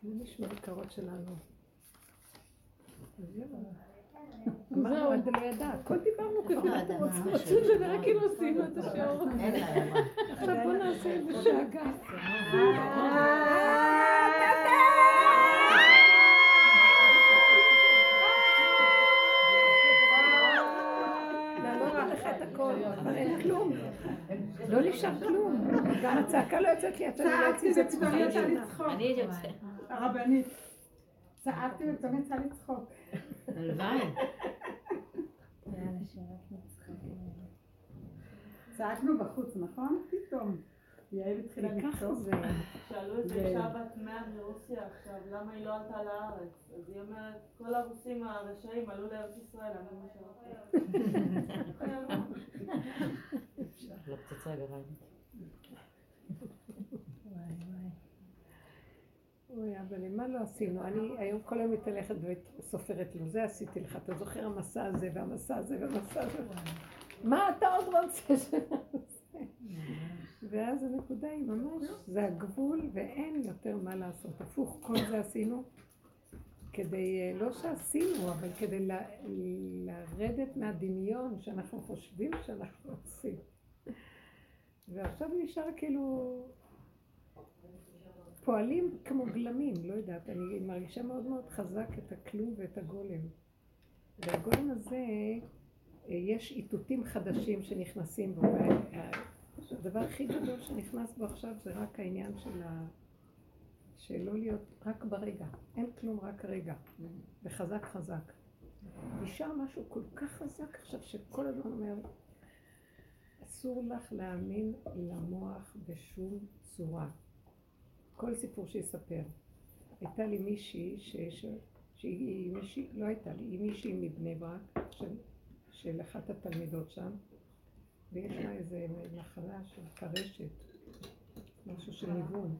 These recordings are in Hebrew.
זה נשמע בקרות שלנו. אמרנו, עד לא ידע, הכל דיברנו ככה, אנחנו רוצים לדבר כאילו עושים את השעור. עכשיו בוא נעשה את זה שעגה. לעלות עליך את הכל, אבל אין כלום. לא נשאר כלום. גם הצעקה לא יוצאת לי, אתה לא יוצא את זה אני יוצא. הרבנית. צעקתי ופתאום יצא לצחוק. הלוואי. צעקנו בחוץ, נכון? פתאום. יעל התחילה לצחוק. שאלו את אישה בת 100 מרוסיה עכשיו, למה היא לא עלתה לארץ? אז היא אומרת, כל הרוסים הרשעים עלו לארץ ישראל, אני משארתי. לא פצצה גרעינית. אוי, אבל מה לא עשינו? אני היום כל היום מתהלכת וסופרת לו, זה עשיתי לך, אתה זוכר המסע הזה והמסע הזה והמסע הזה? מה אתה עוד רוצה שנעשה? ואז הנקודה היא ממש, זה הגבול ואין יותר מה לעשות. הפוך, כל זה עשינו כדי, לא שעשינו, אבל כדי לרדת מהדמיון שאנחנו חושבים שאנחנו עושים. ועכשיו נשאר כאילו פועלים כמו גלמים, לא יודעת, אני מרגישה מאוד מאוד חזק את הכלום ואת הגולם. והגולם הזה, יש איתותים חדשים שנכנסים בו, הדבר הכי גדול שנכנס בו עכשיו זה רק העניין שלא להיות רק ברגע, אין כלום רק רגע, וחזק חזק. נשאר משהו כל כך חזק עכשיו שכל הזמן אומר, אסור לך להאמין למוח בשום צורה. כל סיפור שיספר. הייתה לי מישהי שהיא מישהי, לא הייתה לי, היא מישהי מבני ברק של אחת התלמידות שם, ויש לה איזה מחלה של קרשת, משהו של ניוון.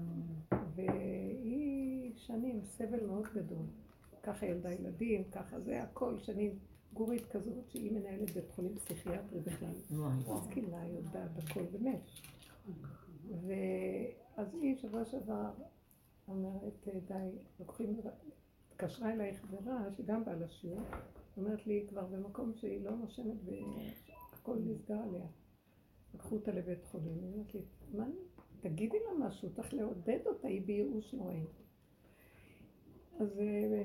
והיא שנים, סבל מאוד גדול. ככה ילדה ילדים, ככה זה, הכל שנים. גורית כזאת שהיא מנהלת בית חולים פסיכיאטרי בכלל. משכילה, יודעת, הכל באמת. ואז היא שבוע שעבר אומרת, די, לוקחים, התקשרה אליי חברה שגם באה לשיעור, אומרת לי כבר במקום שהיא לא נושמת והכל נסגר עליה. לקחו אותה לבית חולים, היא אומרת לי, מה, תגידי לה משהו, צריך לעודד אותה, היא בייאוש נוראי. אז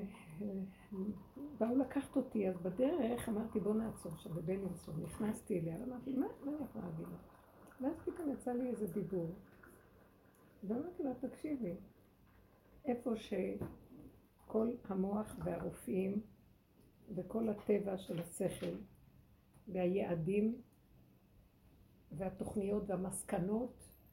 באו לקחת אותי, אז בדרך אמרתי בוא נעצור שם בבלינסון, נכנסתי אליה, אמרתי מה אני יכולה להגיד לה? ואז פתאום יצא לי איזה דיבור, ואמרתי לה תקשיבי, איפה שכל המוח והרופאים וכל הטבע של השכל והיעדים והתוכניות והמסקנות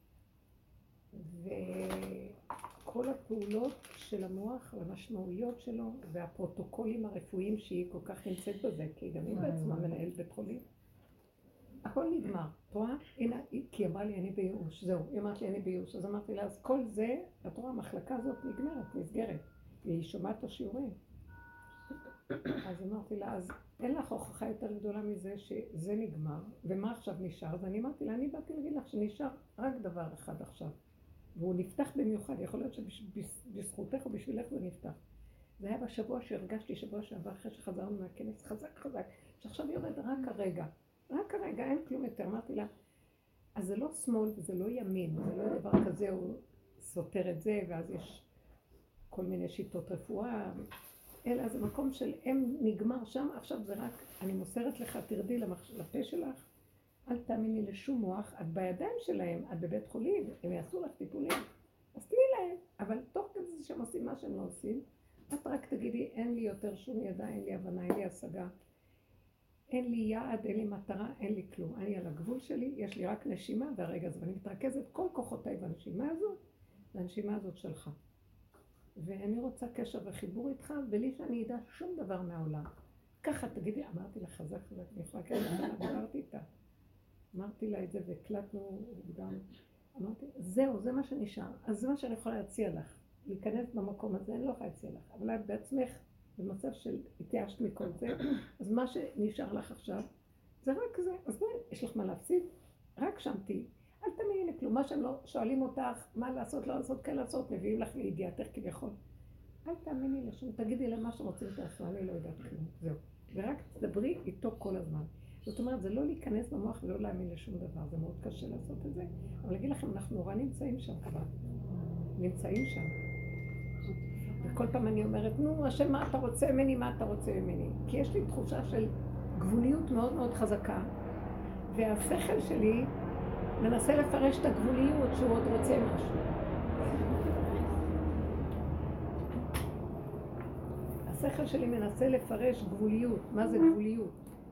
וכל הפעולות של המוח והמשמעויות שלו והפרוטוקולים הרפואיים שהיא כל כך נמצאת בזה, כי גם היא בעצמה מנהלת בית חולים. הכל נגמר, תרואה? הנה, כי אמרה לי אני בייאוש, זהו, היא אמרת לי אני בייאוש, אז אמרתי לה, אז כל זה, את רואה, המחלקה הזאת נגמרת, נסגרת, והיא שומעת את השיעורים. אז אמרתי לה, אז אין לך הוכחה יותר גדולה מזה שזה נגמר, ומה עכשיו נשאר? אז אני אמרתי לה, אני באתי להגיד לך שנשאר רק דבר אחד עכשיו, והוא נפתח במיוחד, יכול להיות שבזכותך או בשבילך זה נפתח. זה היה בשבוע שהרגשתי, שבוע שעבר אחרי שחזרנו מהכנס, חזק חזק, שעכשיו יורד רק הרגע. רק הרגע, אין כלום יותר. אמרתי לה, אז זה לא שמאל וזה לא ימין, זה לא דבר כזה, הוא סותר את זה, ואז יש כל מיני שיטות רפואה, אלא זה מקום של הם נגמר שם, עכשיו זה רק, אני מוסרת לך, תרדי לפה שלך, אל תאמיני לשום מוח, את בידיים שלהם, את בבית חולים, הם יעשו לך טיפולים, אז תני להם, אבל תוך כזה שהם עושים מה שהם לא עושים, את רק תגידי, אין לי יותר שום ידע, אין לי הבנה, אין לי השגה, אין לי יעד, אין לי מטרה, אין לי כלום. אני על הגבול שלי, יש לי רק נשימה והרגע הזה, ואני מתרכזת כל כוחותיי בנשימה הזאת, והנשימה הזאת שלך. ואני רוצה קשר וחיבור איתך, בלי שאני ידע שום דבר מהעולם. ככה, תגידי, אמרתי לה חזק חזק, אני יכולה ככה, דיברתי איתה. אמרתי לה את זה והקלטנו, וגם אמרתי, זהו, זה מה שנשאר. אז זה מה שאני יכולה להציע לך. להיכנס במקום הזה, אני לא יכולה להציע לך. אבל את בעצמך, במצב של התייאשת מכל זה, אז מה שנשאר לך עכשיו, זה רק זה. אז בואי, יש לך מה להפסיד? רק שם תהי. אל תאמיני לכלום. מה שהם לא שואלים אותך, מה לעשות, לא לעשות, כן לעשות, מביאים לך לידיעתך כביכול. אל תאמיני לשום, תגידי להם מה שרוצים תעשו, אני לא יודעת כלום. זהו. ורק תדברי איתו כל הזמן. זאת אומרת, זה לא להיכנס במוח ולא להאמין לשום דבר. זה מאוד קשה לעשות את זה. אבל להגיד לכם, אנחנו נורא נמצאים שם כבר. נמצאים שם. וכל פעם אני אומרת, נו, השם, מה אתה רוצה ממני, מה אתה רוצה ממני? כי יש לי תחושה של גבוליות מאוד מאוד חזקה, והשכל שלי מנסה לפרש את הגבוליות שהוא עוד רוצה משהו. השכל שלי מנסה לפרש גבוליות. מה זה גבוליות?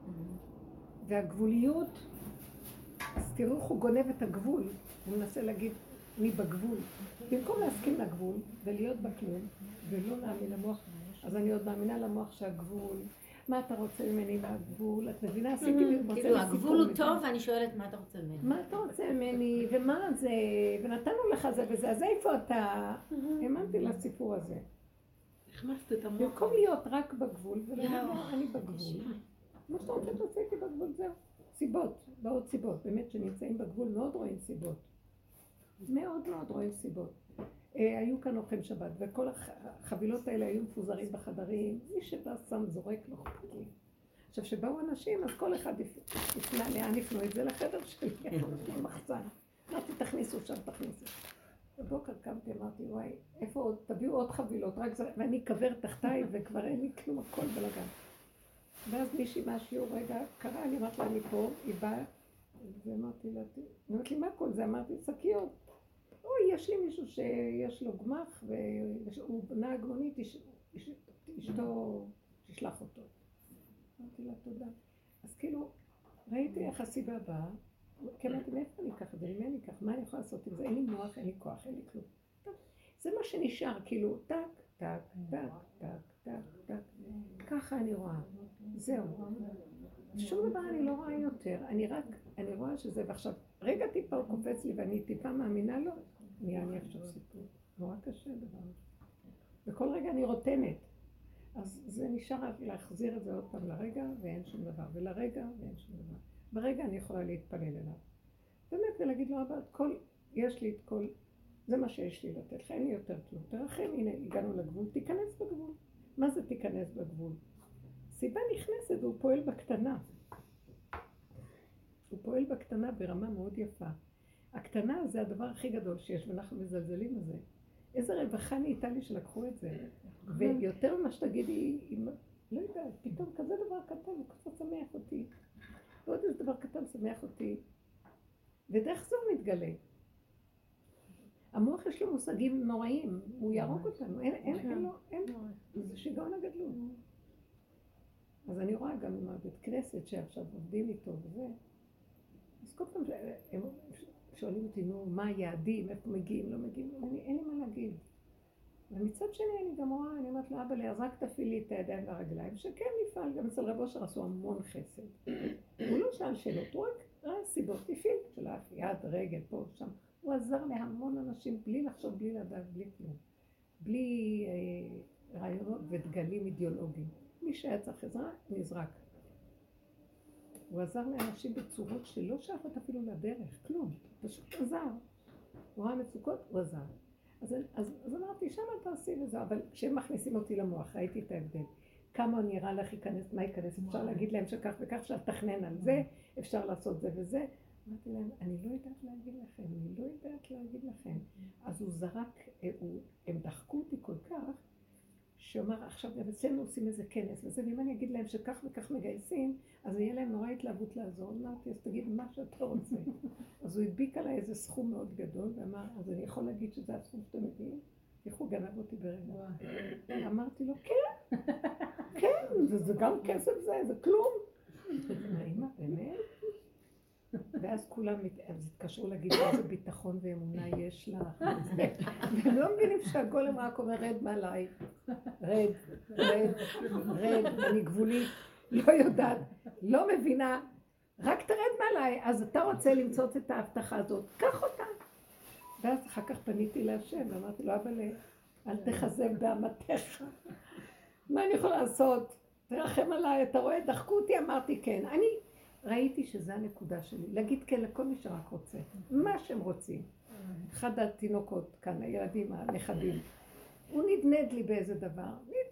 והגבוליות, אז תראו איך הוא גונב את הגבול. הוא מנסה להגיד, מי בגבול. במקום להסכים לגבול ולהיות בכלום, ולא להאמין למוח, אז אני עוד מאמינה למוח שהגבול, מה אתה רוצה ממני מהגבול? את מבינה? עשיתי כאילו, הגבול הוא טוב ואני שואלת מה אתה רוצה ממני. מה אתה רוצה ממני? ומה זה? ונתנו לך זה וזה, אז איפה אתה? האמנתי לסיפור הזה. החמצת את המוח. במקום להיות רק בגבול, ולומר, אני בגבול. מה שאתה רוצה תעשה איתי בגבול, זהו. סיבות, באות סיבות. באמת שנמצאים בגבול מאוד רואים סיבות. מאוד מאוד רואים סיבות. היו כאן אוכלים שבת, וכל החבילות האלה היו מפוזרים בחדרים. מי שבא שם זורק לא אכפת לי. עכשיו, שבאו אנשים, אז כל אחד יפנה לאן יפנו את זה לחדר שלי, מחצן. אמרתי, תכניסו שם, תכניסו. בבוקר קמתי, אמרתי, וואי, איפה עוד? תביאו עוד חבילות, רק זה, ואני אקבר תחתיי, וכבר אין לי כלום, הכל בלגן. ואז מישהי מהשיעור רגע קראה, אני אמרתי לה, אני פה, היא באה, ואמרתי לה, אמרתי לי, מה כל זה? אמרתי, שקיות. אוי, יש לי מישהו שיש לו גמח, והוא נהג מונית, אשתו תשלח אותו. אמרתי לה, תודה. אז כאילו, ראיתי איך הסיבה באה, כי אמרתי, מאיפה אני אקח את זה? ממני אני אקח? מה אני יכולה לעשות עם זה? אין לי מוח, אין לי כוח, אין לי כלום. טוב, זה מה שנשאר, כאילו, טק, טק, טק, טק, טק, טק. ככה אני רואה. זהו. שום דבר אני לא רואה יותר. אני רואה שזה, ועכשיו, רגע טיפה הוא קופץ לי ואני טיפה מאמינה לו, אני עכשיו סיפור. נורא קשה דבר. וכל רגע אני רוטנת. אז זה נשאר להחזיר את זה עוד פעם לרגע ואין שום דבר, ולרגע ואין שום דבר. ברגע אני יכולה להתפלל אליו. באמת, ולהגיד לו, אבל יש לי את כל, זה מה שיש לי לתת לך, אין לי יותר כלום. תרחם, הנה, הגענו לגבול, תיכנס בגבול. מה זה תיכנס בגבול? סיבה נכנסת והוא פועל בקטנה. הוא פועל בקטנה ברמה מאוד יפה. הקטנה זה הדבר הכי גדול שיש, ואנחנו מזלזלים בזה. איזה רווחה נהייתה לי שלקחו את זה. ויותר ממה שתגידי, לא יודעת, פתאום כזה דבר קטן, הוא קצת שמח אותי. ועוד איזה דבר קטן שמח אותי. ודרך זה הוא מתגלה. המוח יש לו מושגים נוראים, הוא ירוג אותנו, אין לו, זה שיגעון הגדלות. אז אני רואה גם עם הבית כנסת שעכשיו עובדים איתו וזה. אז כל פעם הם שואלים אותי, נו, מה היעדים, איפה מגיעים, לא מגיעים, אין לי מה להגיד. ומצד שני אני גם רואה, אני אומרת לאבא לי, אז רק תפעילי את הידיים והרגליים, שכן נפעל, גם אצל רב אושר עשו המון חסד. הוא לא שאל שאלות, הוא רק ראה סיבות, הפעיל שלך, יד, רגל, פה, שם. הוא עזר להמון אנשים בלי לחשוב, בלי לדעת, בלי כלום. בלי רעיונות ודגלים אידיאולוגיים. מי שהיה צריך עזרה, נזרק. הוא עזר לאנשים בצורות שלא שייכות אפילו לדרך, כלום. פשוט עזר. הוא ראה מצוקות, הוא עזר. אז אמרתי, שם תעשי לזה, אבל כשהם מכניסים אותי למוח, ראיתי את ההבדל. כמה נראה לך ייכנס, מה ייכנס, אפשר להגיד להם שכך וכך, אפשר לתכנן על זה, אפשר לעשות זה וזה. אמרתי להם, אני לא יודעת להגיד לכם, אז הוא זרק, הם דחקו אותי כל כך, שאומר, עכשיו אצלנו עושים איזה כנס וזה, ואם אני אגיד להם שכך וכך מגייסים, אז יהיה להם נורא התלהבות לעזור. אמרתי, אז תגיד מה שאתה רוצה. אז הוא הדביק עליי איזה סכום מאוד גדול, ואמר, אז אני יכול להגיד שזה הסכום שאתם מביאים? איך הוא גנב אותי ברגע. אמרתי לו, כן, כן, זה גם כסף זה כלום. אמא, באמת? ואז כולם התקשרו להגיד איזה ביטחון ואמונה יש לך. והם לא מבינים שהגולם רק אומר, רד מעליי. רד, אני גבולית, לא יודעת, לא מבינה, רק תרד מעליי. אז אתה רוצה למצוא את ההבטחה הזאת, קח אותה. ואז אחר כך פניתי להשם, ואמרתי לו, אבל אל תחזק באמתך. מה אני יכולה לעשות? תרחם עליי, אתה רואה, דחקו אותי, אמרתי כן. ראיתי שזה הנקודה שלי, להגיד כן לכל מי שרק רוצה, מה שהם רוצים. אחד התינוקות כאן, הילדים, הנכדים, הוא נדנד לי באיזה דבר,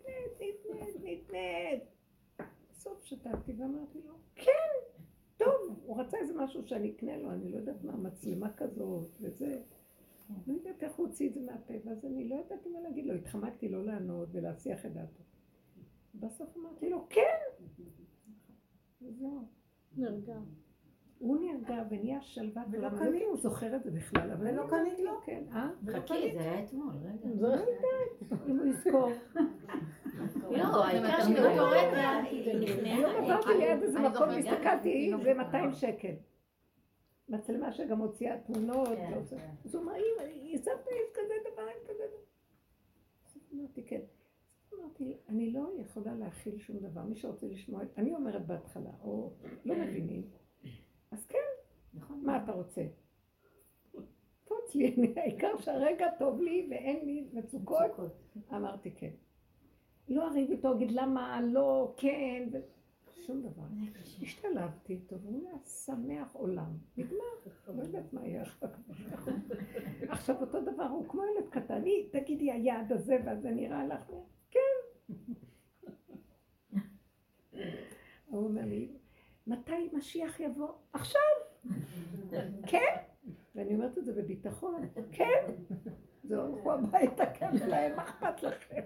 נדנד. בסוף שתקתי ואמרתי לו, כן, טוב, הוא רצה איזה משהו שאני אקנה לו, אני לא יודעת מה, מצלמה כזאת וזה. לא יודעת איך הוא הוציא את זה מהפה, ואז אני לא יודעת מה להגיד לו, התחמקתי לא לענות ולהסיח את דעתו. בסוף אמרתי לו, כן! וזהו. נרגע. הוא נרגע ונהיה שלווה, ולא קנית, הוא זוכר את זה בכלל, אבל ולא קנית לו? כן, חכי, זה היה אתמול, רגע. לא יודעת, אם הוא יזכור. לא, העיקר שבאותו רגע היא נכנעה. היום עברתי ליד איזה מקום, הסתכלתי, זה 200 שקל. מצלמה שגם הוציאה תמונות, אז הוא אמר, יספת לי כזה דבר, כזה דבר. אמרתי, כן. אמרתי, אני לא יכולה להכיל שום דבר, מי שרוצה לשמוע, אני אומרת בהתחלה, או לא מבינים, אז כן, מה אתה רוצה? תפוץ לי, העיקר שהרגע טוב לי ואין לי מצוקות, אמרתי כן. לא אריב איתו, אגיד למה, לא, כן, שום דבר. השתלבתי איתו, והוא היה שמח עולם. נגמר, לא יודעת מה יהיה אחר כך. עכשיו אותו דבר, הוא כמו ילד קטן, תגידי היעד הזה, ואז זה נראה לך, כן. הוא אומר לי, מתי משיח יבוא? עכשיו! כן? ואני אומרת את זה בביטחון, כן? זה הולכו הביתה כאן להם, מה אכפת לכם?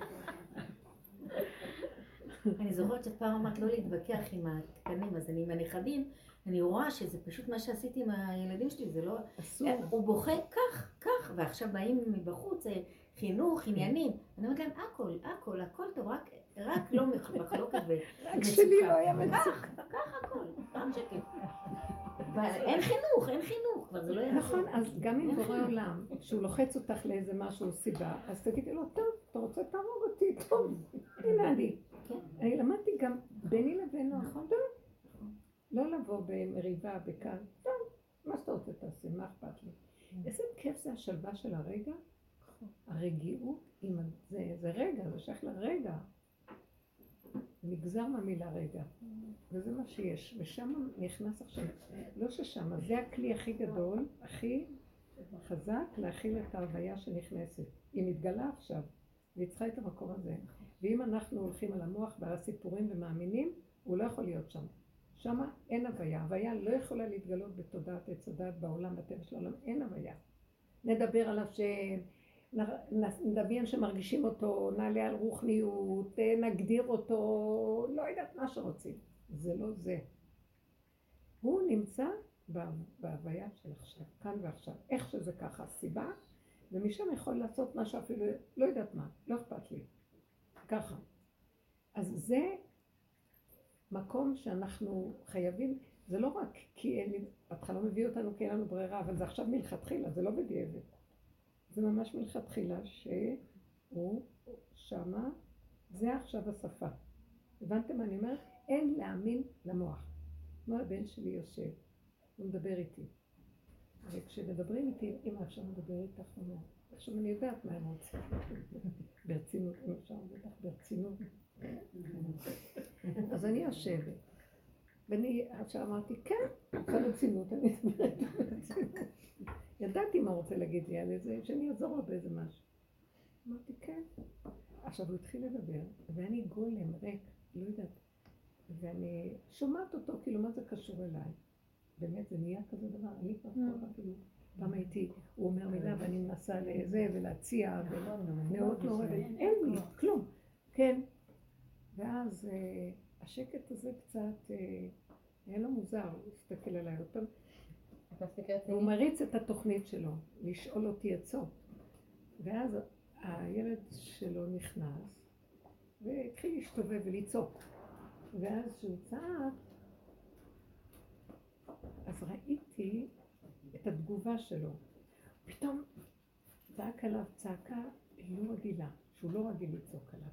אני זוכרת שפעם אמרת לא להתווכח עם התקנים, אז אני עם הנכדים, אני רואה שזה פשוט מה שעשיתי עם הילדים שלי, זה לא... אסור. הוא בוכה כך, ועכשיו באים מבחוץ, חינוך, עניינים. אני אומרת להם, הכל טוב, רק לא מחלוקת ומצוקה. רק שלי לא היה מצוקה. כך הכל, רק שקט. אין חינוך, כבר זה לא יעזור. נכון, אז גם אם בורא עולם, שהוא לוחץ אותך לאיזה משהו סיבה, אז תגידי לו, טוב, אתה רוצה תהרוג אותי, טוב, הנה אני. אני למדתי גם ביני לבינו, טוב, לא לבוא במריבה, בכאן, טוב, מה שאתה רוצה תעשה, מה אכפת לי? איזה כיף זה השלווה של הרגע, הרגיעות, זה רגע, זה שייך לרגע. נגזר מהמילה רגע, וזה מה שיש, ושם נכנס עכשיו, לא ששם, זה הכלי הכי גדול, הכי חזק להכיל את ההוויה שנכנסת. היא מתגלה עכשיו, והיא צריכה את המקום הזה, ואם אנחנו הולכים על המוח ועל הסיפורים ומאמינים, הוא לא יכול להיות שם. שם אין הוויה, הוויה לא יכולה להתגלות בתודעת עץ הדעת בעולם, בטבע של העולם, אין הוויה. נדבר עליו נדמיין שמרגישים אותו, נעלה על רוחניות, נגדיר אותו, לא יודעת מה שרוצים. זה לא זה. הוא נמצא בהוויה של עכשיו, כאן ועכשיו. איך שזה ככה, סיבה, ומשם יכול לעשות מה שאפילו, לא יודעת מה, לא אכפת לי. ככה. אז זה מקום שאנחנו חייבים, זה לא רק כי בהתחלה מביא אותנו כי אין לנו ברירה, אבל זה עכשיו מלכתחילה, זה לא בדיעבד. זה ממש מלכתחילה שהוא שמה, זה עכשיו השפה. הבנתם מה אני אומרת? אין להאמין למוח. כמו הבן שלי יושב, הוא מדבר איתי. וכשמדברים איתי, אמא אפשר לדבר איתך או לא? עכשיו אני יודעת מה הם רוצים. ברצינות, אם אפשר לדבר ברצינות. אז אני יושבת. ואני עכשיו אמרתי, כן, ברצינות, אני מדברת ברצינות. ידעתי מה רוצה להגיד לי על איזה, שאני אעזור לו באיזה משהו. אמרתי, כן. עכשיו הוא התחיל לדבר, ואני גולם ריק, לא יודעת. ואני שומעת אותו, כאילו מה זה קשור אליי. באמת, זה נהיה כזה דבר, אני כבר אפילו, פעם הייתי, הוא אומר מילה ואני מנסה לזה ולהציע, ונאות לא אוהבת, אין לי, כלום. כן. ואז השקט הזה קצת, היה לו מוזר, הוא הסתכל עליי עוד פעם. והוא מריץ את התוכנית שלו, לשאול אותי עצות. ואז הילד שלו נכנס, והתחיל להשתובב ולצעוק. ואז שהוא צעק, אז ראיתי את התגובה שלו. פתאום צעק עליו צעקה לא רגילה, שהוא לא רגיל לצעוק עליו.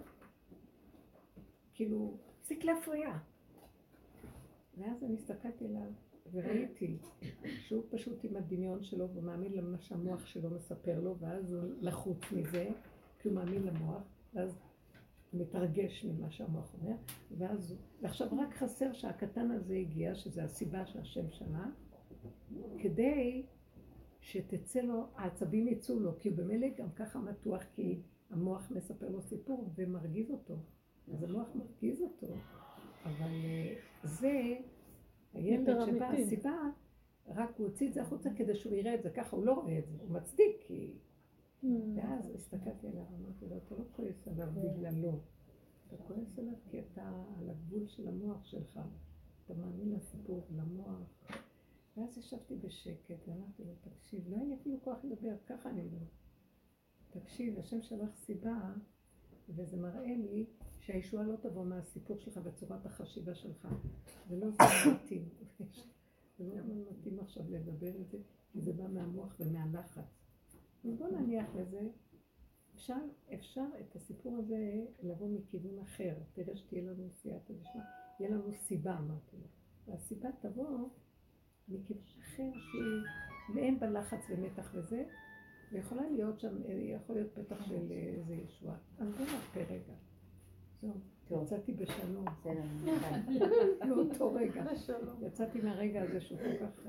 כאילו, הפסיק להפריע. ואז אני הסתכלתי עליו וראיתי שהוא פשוט עם הדמיון שלו ומאמין למה שהמוח שלו מספר לו, ואז הוא לחוץ מזה, כי הוא מאמין למוח, ואז מתרגש ממה שהמוח אומר, ועכשיו רק חסר שהקטן הזה הגיע, שזה הסיבה שהשם שלה, כדי שתצא לו, העצבים יצאו לו, כי הוא במילא גם ככה מתוח, כי המוח מספר לו סיפור ומרגיז אותו. אז המוח מרגיז אותו, אבל זה הילד שבא, הסיבה, רק הוא הוציא את זה החוצה כדי שהוא יראה את זה, ככה הוא לא רואה את זה, הוא מצדיק, כי... ואז הסתכלתי עליו, אמרתי לו, אתה לא כועס עליו בגללו, אתה כועס עליו כי אתה על הגבול של המוח שלך, אתה מאמין לסיפור ולמוח. ואז ישבתי בשקט ואמרתי לו, תקשיב, לא היה לי אפילו כוח לדבר, ככה אני מדבר. תקשיב, השם שלך סיבה, וזה מראה לי שהישועה לא תבוא מהסיפור שלך בצורת החשיבה שלך, ולא זה מתאים. זה לא מתאים עכשיו לדבר את זה, כי זה בא מהמוח ומהלחץ. אז בוא נניח לזה, אפשר את הסיפור הזה לבוא מכיוון אחר. תראה שתהיה לנו סייעתא דשמיא, יהיה לנו סיבה, אמרתי לו. והסיבה תבוא מכיוון אחר ואין בלחץ ומתח וזה, ויכולה להיות שם, יכול להיות פתח של איזה ישועה. אז בוא נרפה רגע. זהו, יצאתי בשלום. מאותו רגע. יצאתי מהרגע הזה שהוא כל כך...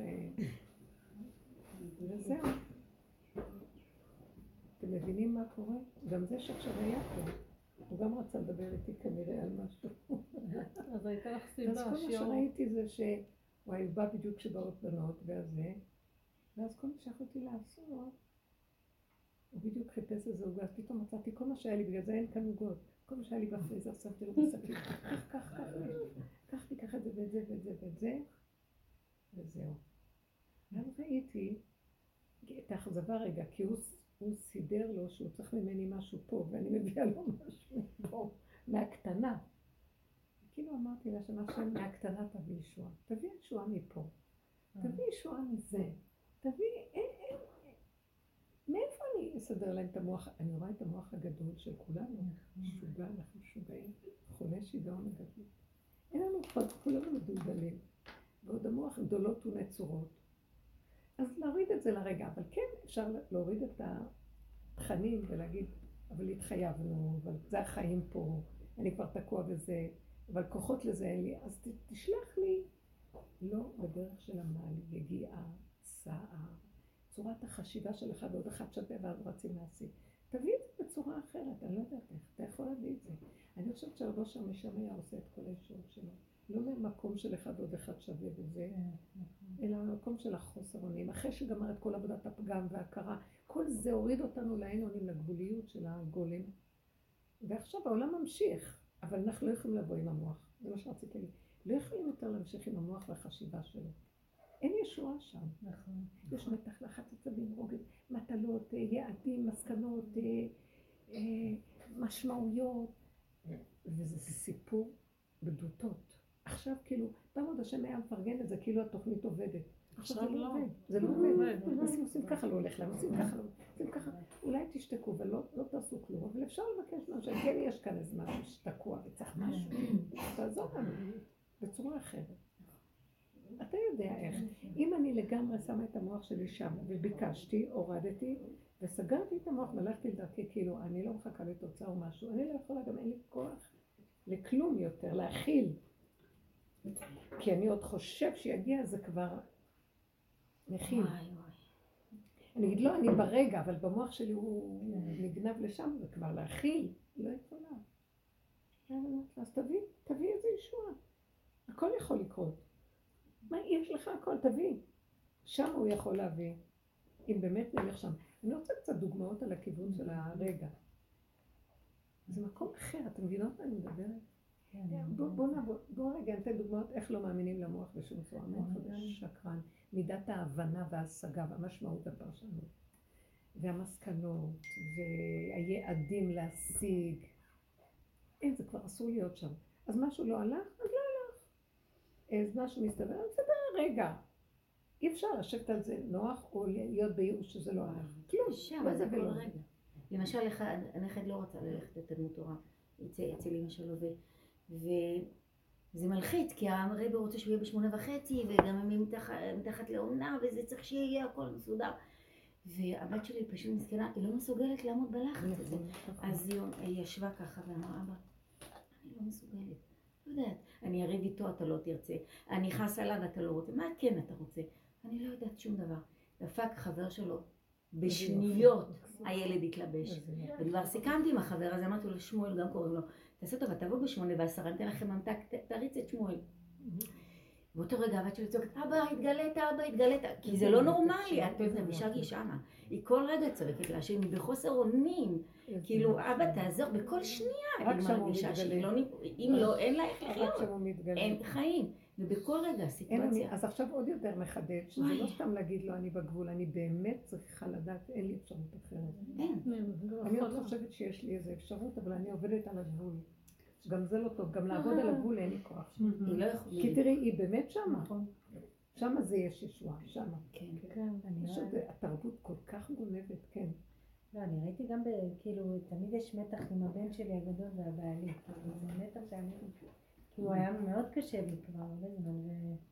וזהו. אתם מבינים מה קורה? גם זה שעכשיו היה פה. הוא גם רצה לדבר איתי כנראה על משהו. אז הייתה לך סיבה. אז כל מה שראיתי זה וואי, הוא בא בדיוק כשבאות בנות, ואז כל מה שיכולתי לעשות, הוא בדיוק חיפש איזה עוגה, אז פתאום מצאתי כל מה שהיה לי, בגלל זה אין כאן עוגות, כל מה שהיה לי בפריזר, שמתי לו בשקית, קח תיקח את זה ואת זה ואת זה ואת זה, וזהו. ואז ראיתי את האכזבה רגע, כי הוא סידר לו שהוא צריך ממני משהו פה, ואני מביאה לו משהו פה, מהקטנה. כאילו אמרתי לה שמשהו מהקטנה תביא ישועה. תביא ישועה מפה. תביא ישועה מזה. תביא... מאיפה אני אסדר להם את המוח? אני רואה את המוח הגדול של כולנו. משוגע, אנחנו משוגעים. חולה שיגעון הגדול. אין לנו כולנו מדולדלים. ועוד המוח גדולות ונצורות. אז להוריד את זה לרגע. אבל כן, אפשר להוריד את התכנים ולהגיד, אבל התחייבנו, אבל זה החיים פה. אני כבר תקוע בזה. אבל כוחות לזה אין לי, אז תשלח לי לא בדרך של המעל, יגיעה, סעה, צורת החשיבה של אחד עוד אחד שווה ואז רצים להשיג. תביא את זה בצורה אחרת, אני לא יודעת איך, אתה יכול להביא את זה. אני חושבת שהרבו שם משם היה עושה את כל האישור שלו. לא ממקום של אחד עוד אחד שווה וזה, אלא ממקום של החוסר אונים. אחרי שגמר את כל עבודת הפגם וההכרה, כל זה הוריד אותנו לעין אונים, לגבוליות של הגולם. ועכשיו העולם ממשיך. אבל אנחנו לא יכולים לבוא עם המוח, זה מה שרציתי לי. לא יכולים יותר להמשיך עם המוח והחשיבה שלו. אין ישועה שם. נכון. יש מתח לחץ עצבים, רוגז, מטלות, יעדים, מסקנות, משמעויות. וזה סיפור בדותות. עכשיו כאילו, פעם עוד השם היה מפרגן את זה, כאילו התוכנית עובדת. עכשיו זה לא עובד. זה לא עובד. עושים ככה לא הולך להם, עושים ככה לא עושים ככה. אולי תשתקו ולא תעשו כלום, אבל אפשר לבקש משהו. כן, יש כאן איזה משהו שתקוע וצריך משהו. תעזור לנו בצורה אחרת. אתה יודע איך. אם אני לגמרי שמה את המוח שלי שם וביקשתי, הורדתי וסגרתי את המוח והלכתי לדרכי, כאילו אני לא מחכה לתוצאה או משהו, אני לא יכולה, גם אין לי כוח לכלום יותר, להכיל. כי אני עוד חושב שיגיע זה כבר מכיל. אני אגיד לא, אני ברגע, אבל במוח שלי הוא נגנב לשם, זה כבר להכיל, לא יכולה. אז תביא איזה ישועה. הכל יכול לקרות. מה יש לך הכל? תביא. שם הוא יכול להביא. אם באמת נלך שם. אני רוצה קצת דוגמאות על הכיוון של הרגע. זה מקום אחר, אתם מבינות מה אני מדברת? בואו רגע, נתן דוגמאות איך לא מאמינים למוח בשום צורה. המוח הזה שקרן. מידת ההבנה וההשגה והמשמעות הפרשנות. והמסקנות, והיעדים להשיג. אין, זה כבר אסור להיות שם. אז משהו לא הלך, אז לא הלך. אז משהו מסתבר, אז זה רגע. אי אפשר לשבת על זה נוח או להיות בייאוש שזה לא הלך. כלום, שם, זה כל רגע. למשל, הנכד לא רצה ללכת לתלמוד תורה, אצל אמא שלו, וזה מלחיץ, כי הרבי רוצה שהוא יהיה ב8:30, וגם הם מתחת לאומנה, וזה צריך שיהיה הכל מסודר. והבת שלי פשוט מסכנה, היא לא מסוגלת לעמוד בלחץ הזה. אז היא היא ישבה ככה ואמרה, אבא, אני לא מסוגלת. לא יודעת, אני אריב איתו, אתה לא תרצה. אני אכעס עליו, אתה לא רוצה. מה כן אתה רוצה? אני לא יודעת שום דבר. דפק חבר שלו, בשניות הילד התלבש. וכבר סיכמתי עם החבר הזה, אמרתי לו, שמואל גם קוראים לו, תעשה טובה, תבוא ב8:10, אני אתן לכם ממתק, תריץ את שמואל. באותו רגע הבת שלי צועקת, אבא, התגלית, כי זה לא נורמלי, את מרגישה לי שמה. היא כל רגע צועקת לה, שהיא בחוסר אונים, כאילו, אבא תעזור, בכל שנייה היא מרגישה שהיא לא, אם לא, אין לה איך לחיות, אין חיים, ובכל רגע סיטואציה. אז עכשיו עוד יותר מחדד, שזה לא סתם להגיד לו, אני בגבול, אני באמת צריכה לדעת, אין לי אפשרות אחרת. אני עוד חושבת שיש לי איזו אפשרות, אבל אני עובדת על הגבול. גם זה לא טוב, גם לעבוד על הגבול אין לי כוח. כי תראי, היא באמת שמה. שמה זה יש ישועה, שמה. כן. התרבות כל כך גונבת, כן. לא, אני ראיתי גם כאילו, תמיד יש מתח עם הבן שלי הגדול והבעלי. זה מתח שאני, כי הוא היה מאוד קשה לי כבר הרבה זמן.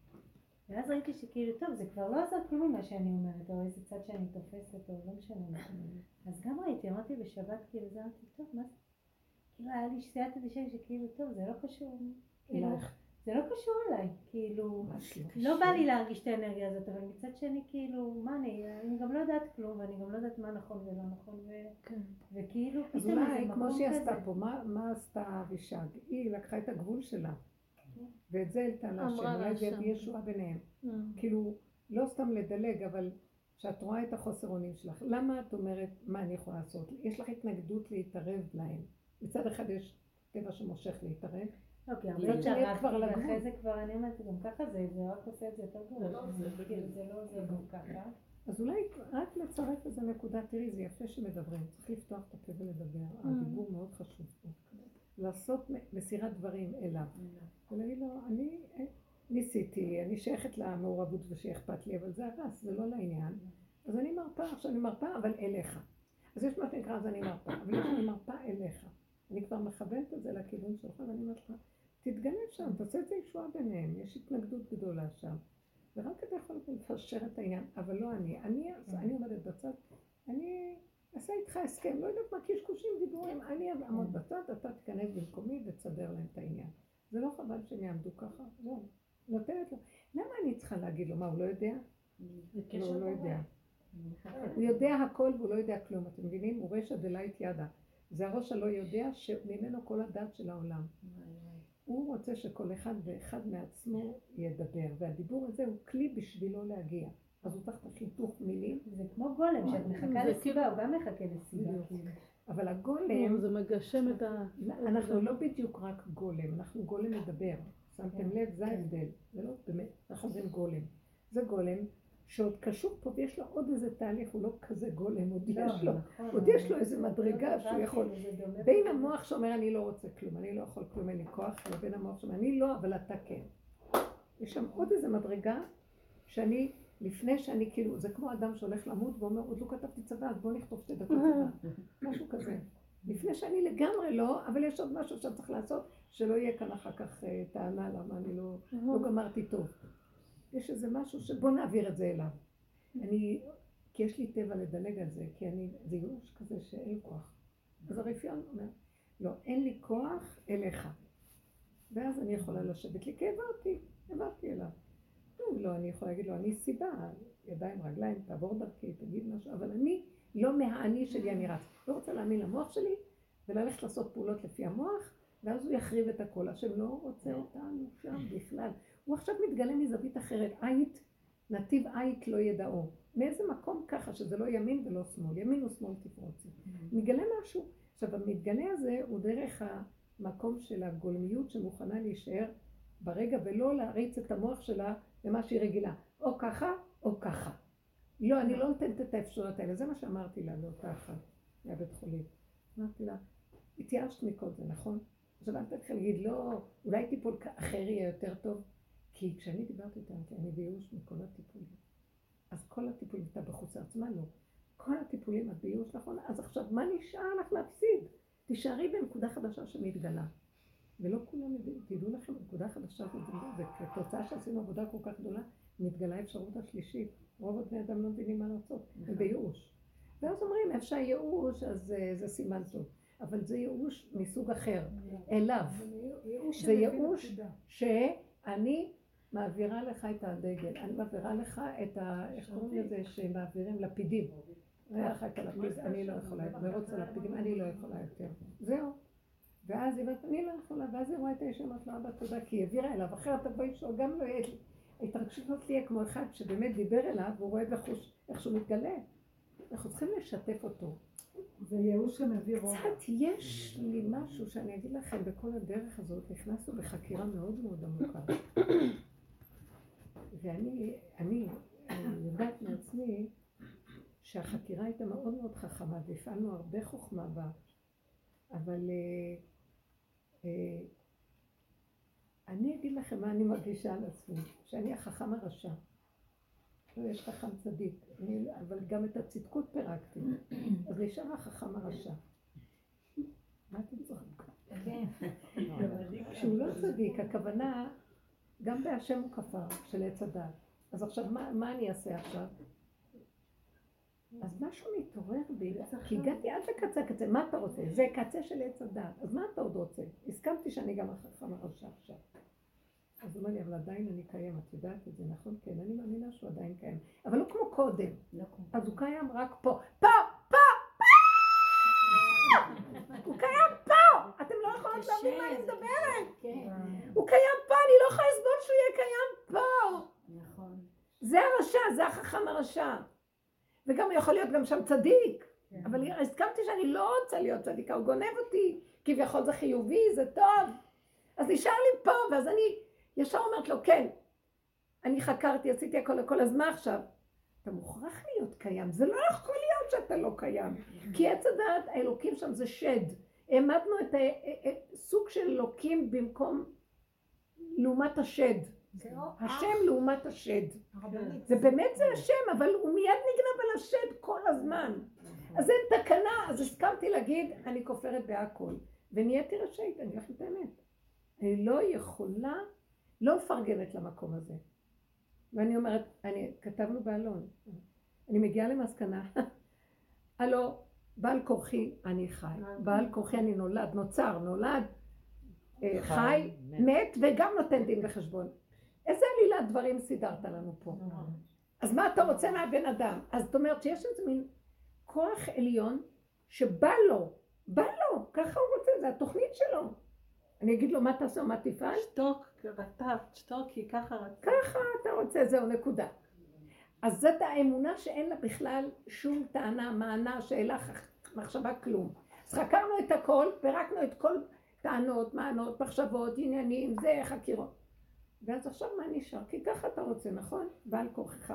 ואז ראיתי שכאילו, טוב, זה כבר לא עזר כלום מה שאני אומרת, או איזה צד שאני תופסת, או לא משנה. אז גם ראיתי, אמרתי בשבת, כאילו, זה אמרתי, טוב, מה זה? כאילו, היה לי סייעתא דשמיא שכאילו, טוב, זה לא קשור, כאילו, זה לא קשור אליי, כאילו, לא בא לי להרגיש את האנרגיה הזאת, אבל מצד שני, כאילו, מה אני גם לא יודעת כלום, ואני גם לא יודעת מה נכון ולא נכון, וכאילו, אז אולי, כמו שהיא עשתה פה, מה עשתה אבישג? היא לקחה את הגבול שלה, ואת זה העלתה להשם, אולי זה יהיה ישועה ביניהם. כאילו, לא סתם לדלג, אבל שאת רואה את החוסר אונים שלך, למה את אומרת, מה אני יכולה לעשות? יש לך התנגדות להתערב להם. מצד אחד יש טבע שמושך להתערב. אוקיי, אבל אחרי זה כבר אני אומרת, גם ככה זה רק עושה את זה יותר גרוע. זה לא עוזר גם ככה. אז אולי רק לצרף איזה נקודה, תראי, זה יפה שמדברים. צריך לפתוח את הפה ולדבר. הדיבור מאוד חשוב פה. לעשות מסירת דברים אליו. ולהגיד לו, אני ניסיתי, אני שייכת למעורבות ושיכפת לי, אבל זה הרס, זה לא לעניין. אז אני מרפא, עכשיו אני מרפא, אבל אליך. אז יש מה שנקרא, אז אני מרפא, אבל יש אני מרפא אליך. אני כבר מכוונת את זה לכיוון שלך, ואני אומרת לך, תתגלה שם, תעשה את זה ישועה ביניהם, יש התנגדות גדולה שם. ורק אתה יכול לפשר את העניין, אבל לא אני עומדת בצד, אני אעשה איתך הסכם, לא יודעת מה, קשקושים, דיבורים, אני אעמוד בצד, אתה תיכנס במקומי ותסדר להם את העניין. זה לא חבל שהם יעמדו ככה, זהו. נותנת לו. למה אני צריכה להגיד לו, מה, הוא לא יודע? לא, הוא לא יודע. הוא יודע הכל והוא לא יודע כלום, אתם מבינים? הוא רשע דלית ידה. זה הראש הלא יודע שממנו כל הדת של העולם. הוא רוצה שכל אחד ואחד מעצמו ידבר, והדיבור הזה הוא כלי בשבילו להגיע. אז הוא תחת חיתוך מילים. זה כמו גולם, שאת מחכה לסיבה, הוא גם מחכה לסיבה. אבל הגולם... זה מגשם את ה... אנחנו לא בדיוק רק גולם, אנחנו גולם מדבר. שמתם לב, זה ההבדל. זה לא באמת, אנחנו אומרים גולם. זה גולם שעוד קשור פה ויש לו עוד איזה תהליך, הוא לא כזה גולם, עוד יש לו איזה מדרגה שהוא יכול. בין המוח שאומר אני לא רוצה כלום, אני לא יכול כלום, אין לי כוח, ובין המוח שאומר אני לא, אבל אתה כן. יש שם עוד איזה מדרגה שאני, לפני שאני כאילו, זה כמו אדם שהולך למות ואומר עוד לא כתבתי צבא, אז בוא נכתוב 2 דקות צבא. משהו כזה. לפני שאני לגמרי לא, אבל יש עוד משהו שאני צריך לעשות, שלא יהיה כאן אחר כך טענה למה אני לא גמרתי טוב. יש איזה משהו שבוא נעביר את זה אליו. כי יש לי טבע לדלג על זה, כי זה ייאוש כזה שאין כוח. אז הרפיון אומר, לא, אין לי כוח אליך. ואז אני יכולה לשבת לי, כי העברתי אליו. לא, אני יכולה להגיד לו, אני סיבה, ידיים, רגליים, תעבור דרכי, תגיד משהו, אבל אני לא מהאני שלי, אני רץ. לא רוצה להאמין למוח שלי, וללכת לעשות פעולות לפי המוח, ואז הוא יחריב את הכל. השם לא רוצה אותנו שם בכלל. הוא עכשיו מתגלה מזווית אחרת, נתיב עית לא ידעו. מאיזה מקום ככה, שזה לא ימין ולא שמאל, ימין ושמאל תפרוצי. מתגלה משהו. עכשיו, המתגלה הזה הוא דרך המקום של הגולמיות שמוכנה להישאר ברגע, ולא להריץ את המוח שלה למה שהיא רגילה. או ככה, או ככה. לא, אני לא נותנת את האפשרויות האלה. זה מה שאמרתי לה לאותה אחת, מהבית חולים. אמרתי לה, התייאשת מכל זה, נכון? עכשיו, אל תתחיל להגיד, לא, אולי טיפול אחר יהיה יותר טוב. כי כשאני דיברתי איתה, אני בייאוש מכל הטיפולים. אז כל הטיפולים הייתה בחוץ עצמה, לא. כל הטיפולים את בייאוש, נכון? אז עכשיו, מה נשאר לך להפסיד? תישארי בנקודה חדשה שמתגלה. ולא כולם יודעים, תדעו לכם, נקודה חדשה וכתוצאה שעשינו עבודה כל כך גדולה, מתגלה האפשרות השלישית. רוב בני אדם לא מבינים מה לעשות, הם בייאוש. ואז אומרים, איפה שהייאוש, אז זה סימן טוב. אבל זה ייאוש מסוג אחר, אליו. זה שמביא ייאוש נקודה. שאני מעבירה לך את הדגל, אני מעבירה לך את איך קוראים לזה שמעבירים לפידים. ריח את הלפיד, אני לא יכולה, מרוץ על הלפידים, אני לא יכולה יותר. זהו. ואז היא אומרת, אני לא יכולה, ואז היא רואה את האיש ואומרת לו, אבא תודה, כי היא העבירה אליו, אחרת תבואי שלו, גם לא יהיה, ההתרגשות לא תהיה כמו אחד שבאמת דיבר אליו, והוא רואה בחוש איך שהוא מתגלה. אנחנו צריכים לשתף אותו. זה ייאוש שמביא רוב. קצת יש לי משהו שאני אגיד לכם, בכל הדרך הזאת נכנסנו בחקירה מאוד מאוד עמוקה. ואני יודעת מעצמי שהחקירה הייתה מאוד מאוד חכמה, והפעלנו הרבה חוכמה בה, אבל אני אגיד לכם מה אני מרגישה על עצמי, שאני החכם הרשע. לא, יש חכם צדיק, אבל גם את הצדקות פירקתי, אז נשאר החכם הרשע. מה אתם צוחקים? כשהוא לא צדיק, הכוונה, גם בהשם הוא כפר של עץ הדת. אז עכשיו, מה אני אעשה עכשיו? אז משהו מתעורר בי, כי הגעתי עד לקצה, מה אתה רוצה? זה קצה של עץ הדת, אז מה אתה עוד רוצה? הסכמתי שאני גם החכם הרשע עכשיו. אז הוא אומר לי, אבל עדיין אני קיים, את יודעת את זה, נכון? כן, אני מאמינה שהוא עדיין קיים, אבל לא כמו קודם. אז הוא קיים רק פה. פה! הוא קיים פה! אתם לא יכולות להבין מה אני מדברת. הוא קיים פה, אני לא יכולה לסבול שהוא יהיה קיים פה. נכון. זה הרשע, זה החכם הרשע. וגם יכול להיות גם שם צדיק. אבל הסכמתי שאני לא רוצה להיות צדיקה, הוא גונב אותי. כביכול זה חיובי, זה טוב. אז נשאר לי פה, ואז אני ישר אומרת לו, כן, אני חקרתי, עשיתי הכל, אז מה עכשיו? אתה מוכרח להיות קיים, זה לא יכול להיות שאתה לא קיים. כי עץ הדעת, האלוקים שם זה שד. העמדנו את סוג של אלוקים במקום לעומת השד. השם לעומת השד. זה באמת זה השם, אבל הוא מיד נגנב על השד כל הזמן. אז אין תקנה, אז הסכמתי להגיד, אני כופרת בהכל. ונהייתי רשאית, אני אגיד את האמת. אני לא יכולה, לא מפרגנת למקום הזה. ואני אומרת, כתבנו באלון, אני מגיעה למסקנה, הלו, בעל כורחי אני חי, בעל כורחי אני נולד, נולד, חי, מת וגם נותן דין וחשבון. איזה עלילת דברים סידרת לנו פה? אז מה אתה רוצה מהבן אדם? אז זאת אומרת שיש איזה מין כוח עליון שבא לו, ככה הוא רוצה, זה התוכנית שלו. אני אגיד לו מה תעשה, מה תפעל? שתוק, כי ככה רצה. ככה אתה רוצה, זהו, נקודה. אז זאת האמונה שאין לה בכלל שום טענה, מענה, שאלה, מחשבה, כלום. אז חקרנו את הכל, פירקנו את כל טענות, מענות, מחשבות, עניינים, זה חקירות. ואז עכשיו מה נשאר? כי ככה אתה רוצה, נכון? בעל כוחך.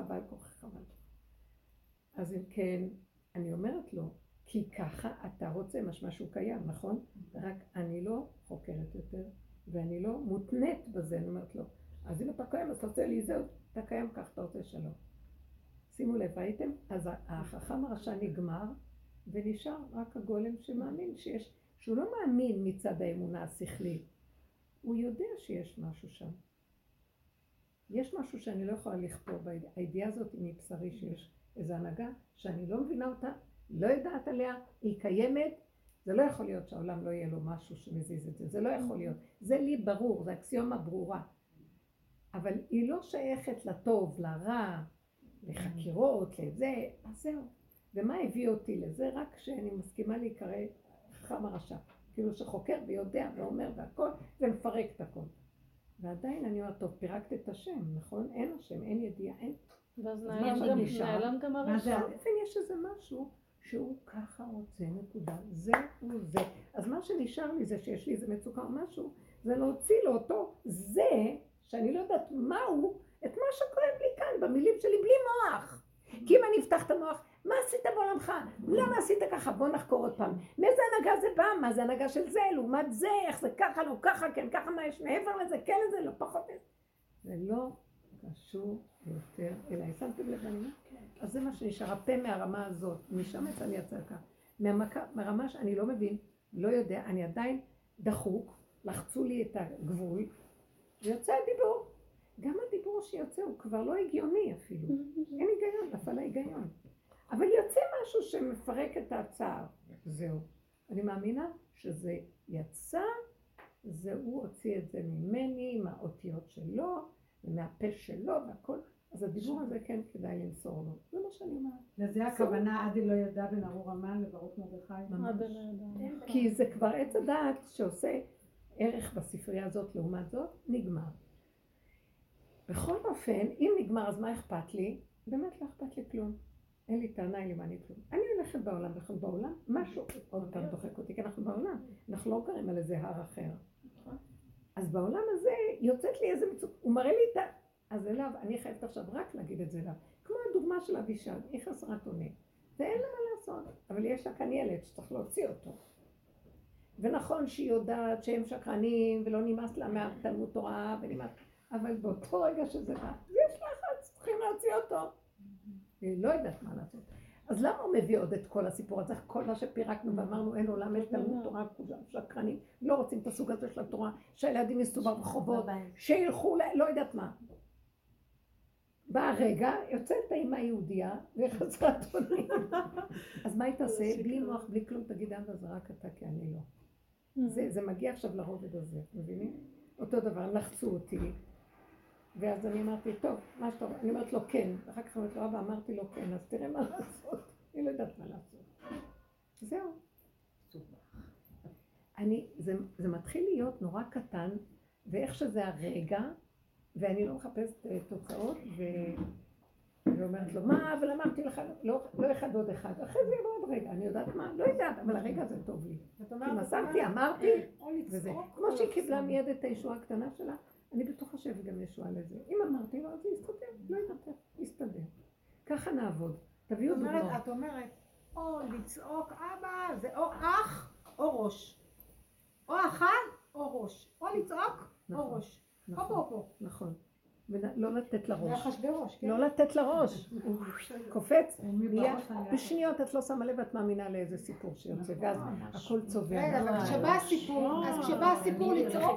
אז אם כן, אני אומרת לו, כי ככה אתה רוצה, משמע שהוא קיים, נכון? רק אני לא חוקרת יותר, ואני לא מותנית בזה, אני אומרת לו. אז אם אתה קיים, אז אתה רוצה לי זהו, אתה קיים כך, אתה רוצה שלום. שימו לב, הייתם? אז החכם הרשע נגמר, ונשאר רק הגולם שמאמין שהוא לא מאמין מצד האמונה השכלית. הוא יודע שיש משהו שם. יש משהו שאני לא יכולה לכתוב, הידיעה הזאת היא מבשרי שיש איזו הנהגה שאני לא מבינה אותה, לא יודעת עליה, היא קיימת, זה לא יכול להיות שהעולם לא יהיה לו משהו שמזיז את זה, זה לא יכול להיות. זה לי ברור, זה אקסיומה ברורה. אבל היא לא שייכת לטוב, לרע, לחקירות, לזה, אז זהו. ומה הביא אותי לזה? רק שאני מסכימה להיקרא חכם הרשע. כאילו שחוקר ויודע ואומר והכל, ומפרק את הכל. ועדיין אני אומרת, טוב, פירקת את השם, נכון? אין השם, אין ידיעה, אין. ואז נעלם גם הרשע. לפעמים יש איזה משהו שהוא ככה רוצה, נקודה. זה הוא זה. אז מה שנשאר לי זה שיש לי איזה מצוקה או משהו, זה להוציא לו אותו, זה, שאני לא יודעת מהו, את מה שכואב לי כאן, במילים שלי, בלי מוח. כי אם אני אפתח את המוח, מה עשית בעולמך? למה עשית ככה? בוא נחקור עוד פעם. מאיזה הנהגה זה בא? מה זה הנהגה של זה? לעומת זה? איך זה ככה? לא ככה? כן ככה? מה יש מעבר לזה? כן לזה? לא פחות לזה? זה לא קשור יותר אליי. שמתם לב אני? אז זה מה שנשאר, הפה מהרמה הזאת. משם יצא לי הצעקה. מהרמה שאני לא מבין, לא יודע, אני עדיין דחוק, לחצו לי את הגבול, ויוצא הדיבור. גם הדיבור שיוצא הוא כבר לא הגיוני אפילו. אין היגיון, נפל ההיגיון. אבל יוצא משהו שמפרק את הצער. זהו. אני מאמינה שזה יצא, הוא הוציא את זה ממני, עם האותיות שלו, ומהפה שלו והכל. אז הדיבור הזה כן כדאי למסור לו. זה מה שאני אומרת. לזה הכוונה, עדי לא ידע בין ארור המן לברוך מרדכי. כי זה כבר עץ הדעת שעושה ערך בספרייה הזאת לעומת זאת, נגמר. בכל אופן, אם נגמר, אז מה אכפת לי? באמת לא אכפת לי כלום. אין לי טענה, אין לי מה לי כלום. אני הולכת בעולם, וכן בעולם, משהו עוד פעם דוחק אותי, כי אנחנו בעולם. אנחנו לא גרים על איזה הר אחר. אז בעולם הזה יוצאת לי איזה מצוק, הוא מראה לי את ה... אז אליו, אני חייבת עכשיו רק להגיד את זה אליו. כמו הדוגמה של אבישג, היא חסרת אונים. ואין לה מה לעשות, אבל יש לה כאן ילד שצריך להוציא אותו. ונכון שהיא יודעת שהם שקרנים, ולא נמאס לה מהתלמוד תורה, אבל באותו רגע שזה בא, יש לחץ, צריכים להוציא אותו. היא לא יודעת מה לעשות. אז למה הוא מביא עוד את כל הסיפור הזה? כל מה שפירקנו ואמרנו, אין עולם, אין תלמוד תורה, שקרנים, לא רוצים את הסוג הזה של התורה, שהילדים יסתובבו ברחובות, שילכו, לא יודעת מה. בא רגע, יוצאת האמא היהודיה, וחזרת אונים. אז מה היא תעשה? בלי מוח, בלי כלום, תגיד, אבא, זה רק אתה, כי אני לא. זה מגיע עכשיו לרובד הזה, מבינים? אותו דבר, לחצו אותי. ואז אני אמרתי, טוב, מה שאתה אומר? אני אומרת לו כן. ואחר כך אמרתי לו, אבא, אמרתי לו כן, אז תראה מה לעשות. אני לא יודעת מה לעשות. זהו. זה מתחיל להיות נורא קטן, ואיך שזה הרגע, ואני לא מחפשת תוצאות, ואומרת לו, מה, אבל אמרתי לך, לא אחד עוד אחד. אחרי זה יבוא עוד רגע, אני יודעת מה? לא יודעת, אבל הרגע זה טוב לי. כי מסרתי, אמרתי, וזה. כמו שהיא קיבלה מיד את הישועה הקטנה שלה, אני בטוחה שהביא גם ישועה לזה. אם אמרתי לו, אז זה יסתדר, לא יסתדר, יסתדר. ככה נעבוד. תביאו דוגמאות. את אומרת, או לצעוק אבא, זה או אח או ראש. או אחד או ראש. או לצעוק או ראש. נכון. ולא לתת לראש. זה אחשוורוש, כן? לא לתת לראש. קופץ, בשניות את לא שמה לב, את מאמינה לאיזה סיפור שיוצא, ואז הכל צובע. אז כשבא הסיפור לצעוק,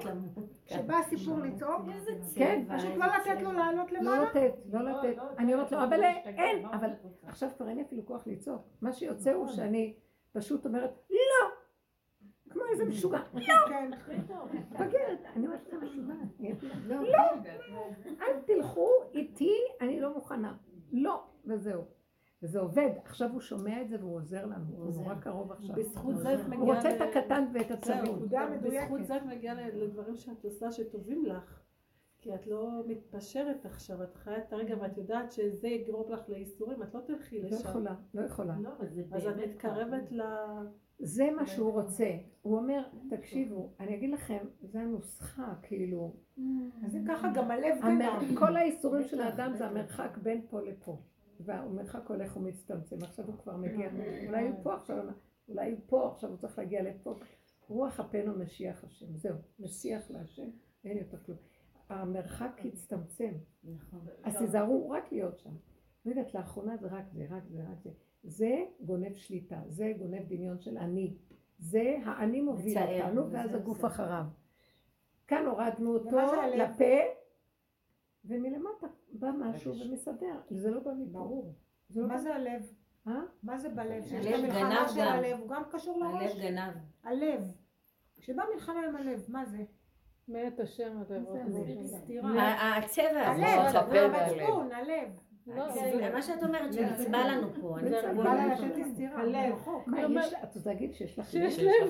כן, פשוט לא לתת לו לעלות למעלה. לא לתת. אני אומרת לו, אבל אין, אבל עכשיו כבר אין לי אפילו כוח לצעוק. מה שיוצא הוא שאני פשוט אומרת, לא! כמו איזה משוגע, לא! בגרת, אני אומרת לך משוגעת. לא! אל תלכו איתי, אני לא מוכנה. לא, וזהו. וזה עובד. עכשיו הוא שומע את זה והוא עוזר לנו. הוא נורא קרוב עכשיו. בזכות זה את מגיעה... הוא רוצה את הקטן ואת הצבים. בזכות זה את מגיעה לדברים שאת עושה שטובים לך. כי את לא מתפשרת עכשיו, את חיה את הרגע ואת יודעת שזה יגרום לך לאיסורים, את לא תלכי לשם. לא יכולה. אז את מתקרבת ל... זה מה שהוא רוצה. הוא אומר, תקשיבו, אני אגיד לכם, זה הנוסחה, כאילו. אז זה ככה גם הלב גנב. כל האיסורים של האדם זה המרחק בין פה לפה. והמרחק הולך ומצטמצם. עכשיו הוא כבר מגיע, אולי הוא פה עכשיו, עכשיו הוא צריך להגיע לפה. רוח אפנו משיח השם, זהו, משיח להשם, אין יותר כלום. המרחק הצטמצם. אז תזהרו רק להיות שם. לא יודעת, לאחרונה זה רק זה. זה גונב שליטה, זה גונב דמיון של אני. זה האני מוביל אותנו, ואז הגוף אחריו. כאן הורדנו אותו לפה, ומלמטה בא משהו ומסדר. זה לא בא מברור. מה זה הלב? מה זה בלב? שיש הלב מלחמה של גנב הלב, הוא גם קשור לראש? הלב גנב. הלב. כשבא מלחמה עם הלב, מה זה? מאת השם הלב. הצבע הזה. הלב, המצפון, הלב. זה מה שאת אומרת שנצבע לנו פה. בא לה לתת לי סתירה. הלב. מה, יש לה, את רוצה להגיד שיש לך לב? שיש לב.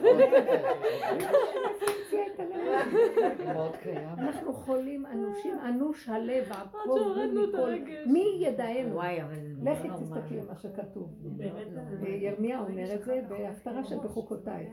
אנחנו חולים אנושים, אנוש הלב, העקוב מכל. מי ידענו? לכי תסתכלי מה שכתוב. ירמיה אומר את זה בהפטרה של בחוקותיי.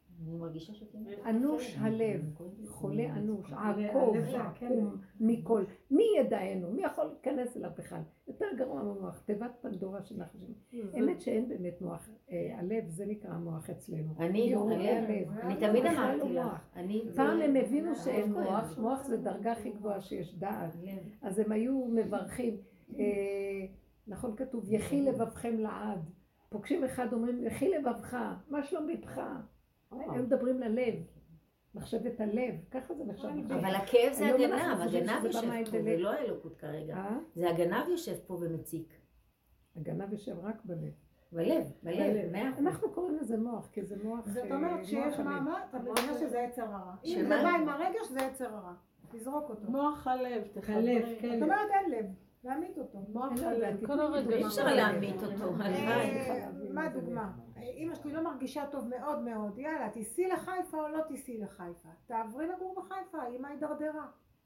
אנוש הלב, חולה אנוש, עקוב, עקום, מכל. מי ידענו? מי יכול להיכנס אליו בכלל? יותר גרוע ממוח, תיבת פנדורה של נחשים. האמת שאין באמת מוח. הלב זה נקרא מוח אצלנו. אני תמיד אמרתי לך. פעם הם הבינו שאין מוח, מוח זה דרגה הכי גבוהה שיש דעת. אז הם היו מברכים. נכון כתוב, יחי לבבכם לעד. פוגשים אחד אומרים, יחי לבבך, מה שלום בבך? הם מדברים ללב, מחשבת הלב, ככה זה נחשב. אבל הכאב זה הגנב, הגנב יושב פה, זה לא אלוקות כרגע. זה הגנב יושב פה ומציק. הגנב יושב רק בלב. בלב, 100%. אנחנו קוראים לזה מוח, כי זה מוח... זאת אומרת שיש מאמר, אתה מבינה שזה יצר הרע. אם זה בא עם הרגש זה יצר הרע. תזרוק אותו. מוח הלב, הלב, כן. זאת אומרת אין לב, להמית אותו. מוח הלב, כל הרגע. אי אפשר להמית אותו, הלוואי. מה הדוגמה? אמא שלי לא מרגישה טוב מאוד מאוד, יאללה, תיסעי לחיפה או לא תיסעי לחיפה? תעברי לגור בחיפה, אמא הידרדרה.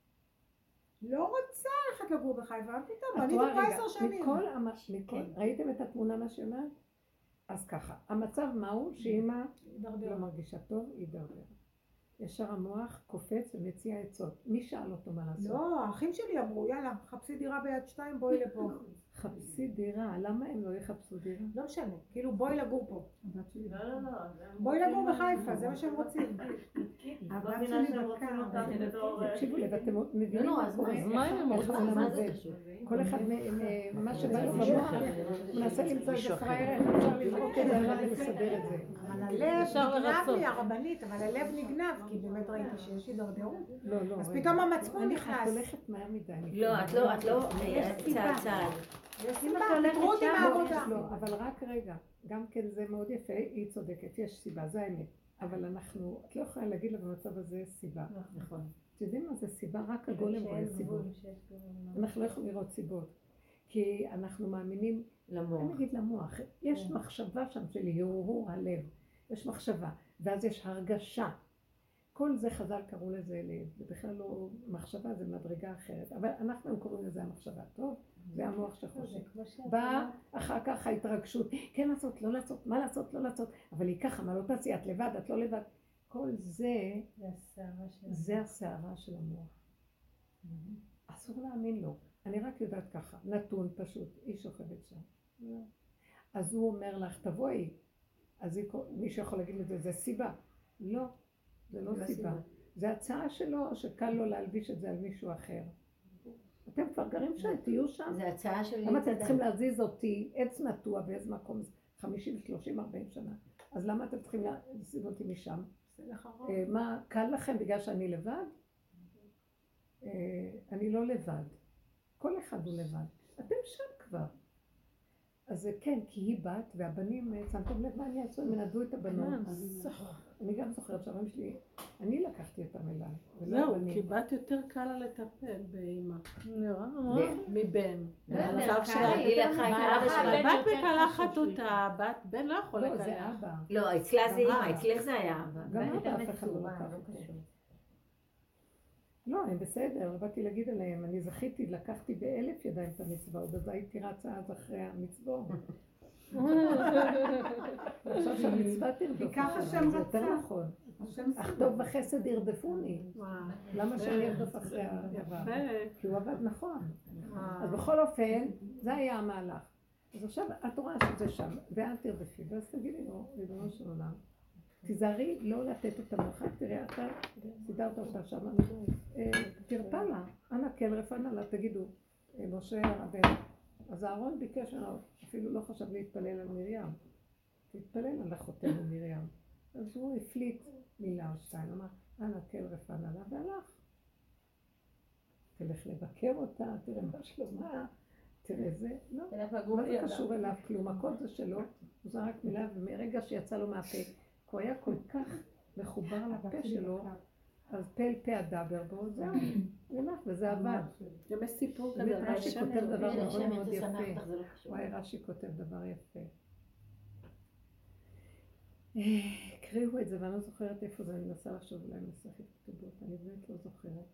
לא רוצה ללכת לגור בחיפה, פתאום, אני כבר 10 שנים. ראיתם את התמונה מה שאומרת? אז ככה, המצב מהו שאמא לא מרגישה טוב, היא הידרדרה. ישר המוח קופץ ומציע עצות. מי שאל אותו מה לעשות? לא, האחים שלי אמרו, יאללה, חפשי דירה ביד 2, בואי לפה. חפשי דירה, למה הם לא יחפשו דירה? לא משנה, כאילו בואי לגור פה. לא. בואי לגור בחיפה, זה מה שהם רוצים. הבת שלי שהם רוצים אותם בתור... תקשיבו לב, אתם מבינים לא, מה אז קורה? מה הם רוצים? מה זה קשור? כל אחד מה שבא לו במוח, מנסה למצוא איזה פראייר, אפשר לזרוק את זה עליו ולסדר את זה. אבל הלב נגנב לי הרבנית, אבל הלב נגנב, כי באמת ראיתי שיש הידרדרות. לא. אז פתאום המצפון את נכנס. הולכת מהר מדי. לא, את לא, צעד. יש סיבה, פיטרו אותי מהעבודה. לא, אבל רק רגע, גם כן זה מאוד יפה, היא צודקת, יש סיבה, זה האמת. אבל את לא יכולה להגיד לה במצב הזה סיבה. נכון. אתם יודעים מה זה סיבה? רק הגולם רואה סיבות. אנחנו לא יכולים לראות סיבות. כי אנחנו מאמינים, אני אגיד למוח, יש מחשבה שם של הרהור הלב, יש מחשבה, ואז יש הרגשה. כל זה חז"ל קראו לזה לב, זה בכלל לא מחשבה, זה מדרגה אחרת. אבל אנחנו קוראים לזה המחשבה, טוב? זה המוח שחושב. בא אחר כך ההתרגשות, כן לעשות, לא לעשות, מה לעשות, לא לעשות, אבל היא ככה, מה לא תעשי, את לבד, את לא לבד. כל זה, זה הסערה של המוח. אסור להאמין לו. אני רק יודעת ככה, נתון פשוט, היא שוכבת שם. אז הוא אומר לך, תבואי. אז מישהו יכול להגיד לזה, זה סיבה. לא, זה לא סיבה. זה הצעה שלו, שקל לו להלביש את זה על מישהו אחר. אתם כבר גרים שם, תהיו שם. זה הצעה של... למה אתם צריכים להזיז אותי, עץ נטוע באיזה מקום 50, 30, 40 שנה? אז למה אתם צריכים להזיז אותי משם? מה, קל לכם בגלל שאני לבד? אני לא לבד. כל אחד הוא לבד. אתם שם כבר. אז כן, כי היא בת, והבנים, שמתם לב מה אני אעשו, הם ינדו את הבנות. אני גם זוכרת שהרם שלי, אני לקחתי אותם אליי, ולא זהו, הבנים. כי בת יותר קל לה לטפל באמא. נראה, מבן. היא לקחה את אבא שלה. הבת מקלחת אותה, בן לא יכול לא, לקלח. זה אבא. לא, אצלה זה אמא, אצלך זה היה אבא. גם אבא, אף אחד לא לקח אותו. לא, הם בסדר, באתי להגיד עליהם, אני זכיתי, לקחתי ב1000 ידיים את המצווה, עוד אז הייתי רצה אז אחרי המצוות. עכשיו שהמצווה תרדוף, ככה שם זה יותר רצה. נכון. אך טוב וחסד ירדפוני. למה שאני ארדוף אחרי הדבר? כי הוא עבד נכון. אז בכל אופן, זה היה המהלך. אז עכשיו את רואה שזה שם, ואל תרדפי, ואז תגידי לו, ריבונו של עולם, תיזהרי לא לתת את המרחק, תראה, אתה סידרת אותה שם, תרפא לה, אנא כל רפנה לה, תגידו, משה הרבן. אז אהרון ביקש ממנו, אפילו לא חשב להתפלל על מרים, תתפלל על אחותנו מרים. אז הוא הפליט מילה או שתיים, אמר, אנא כל רפנה לה, והלך. תלך לבקר אותה, תראה מה שלומה, תראה זה, לא, מה זה קשור אליו כלום, הכל זה שלו, הוא זרק מילה, ומרגע שיצא לו מהפה, הוא היה כל כך מחובר לפה שלו, אז פה אל פה הדבר בו, זהו, וזה עבד. גם יש סיפור כזה, רש"י כותב דבר מאוד מאוד יפה. וואי, רש"י כותב דבר יפה. קריאו את זה, ואני לא זוכרת איפה זה, אני מנסה לחשוב אולי מסכת כתובות, אני באמת לא זוכרת.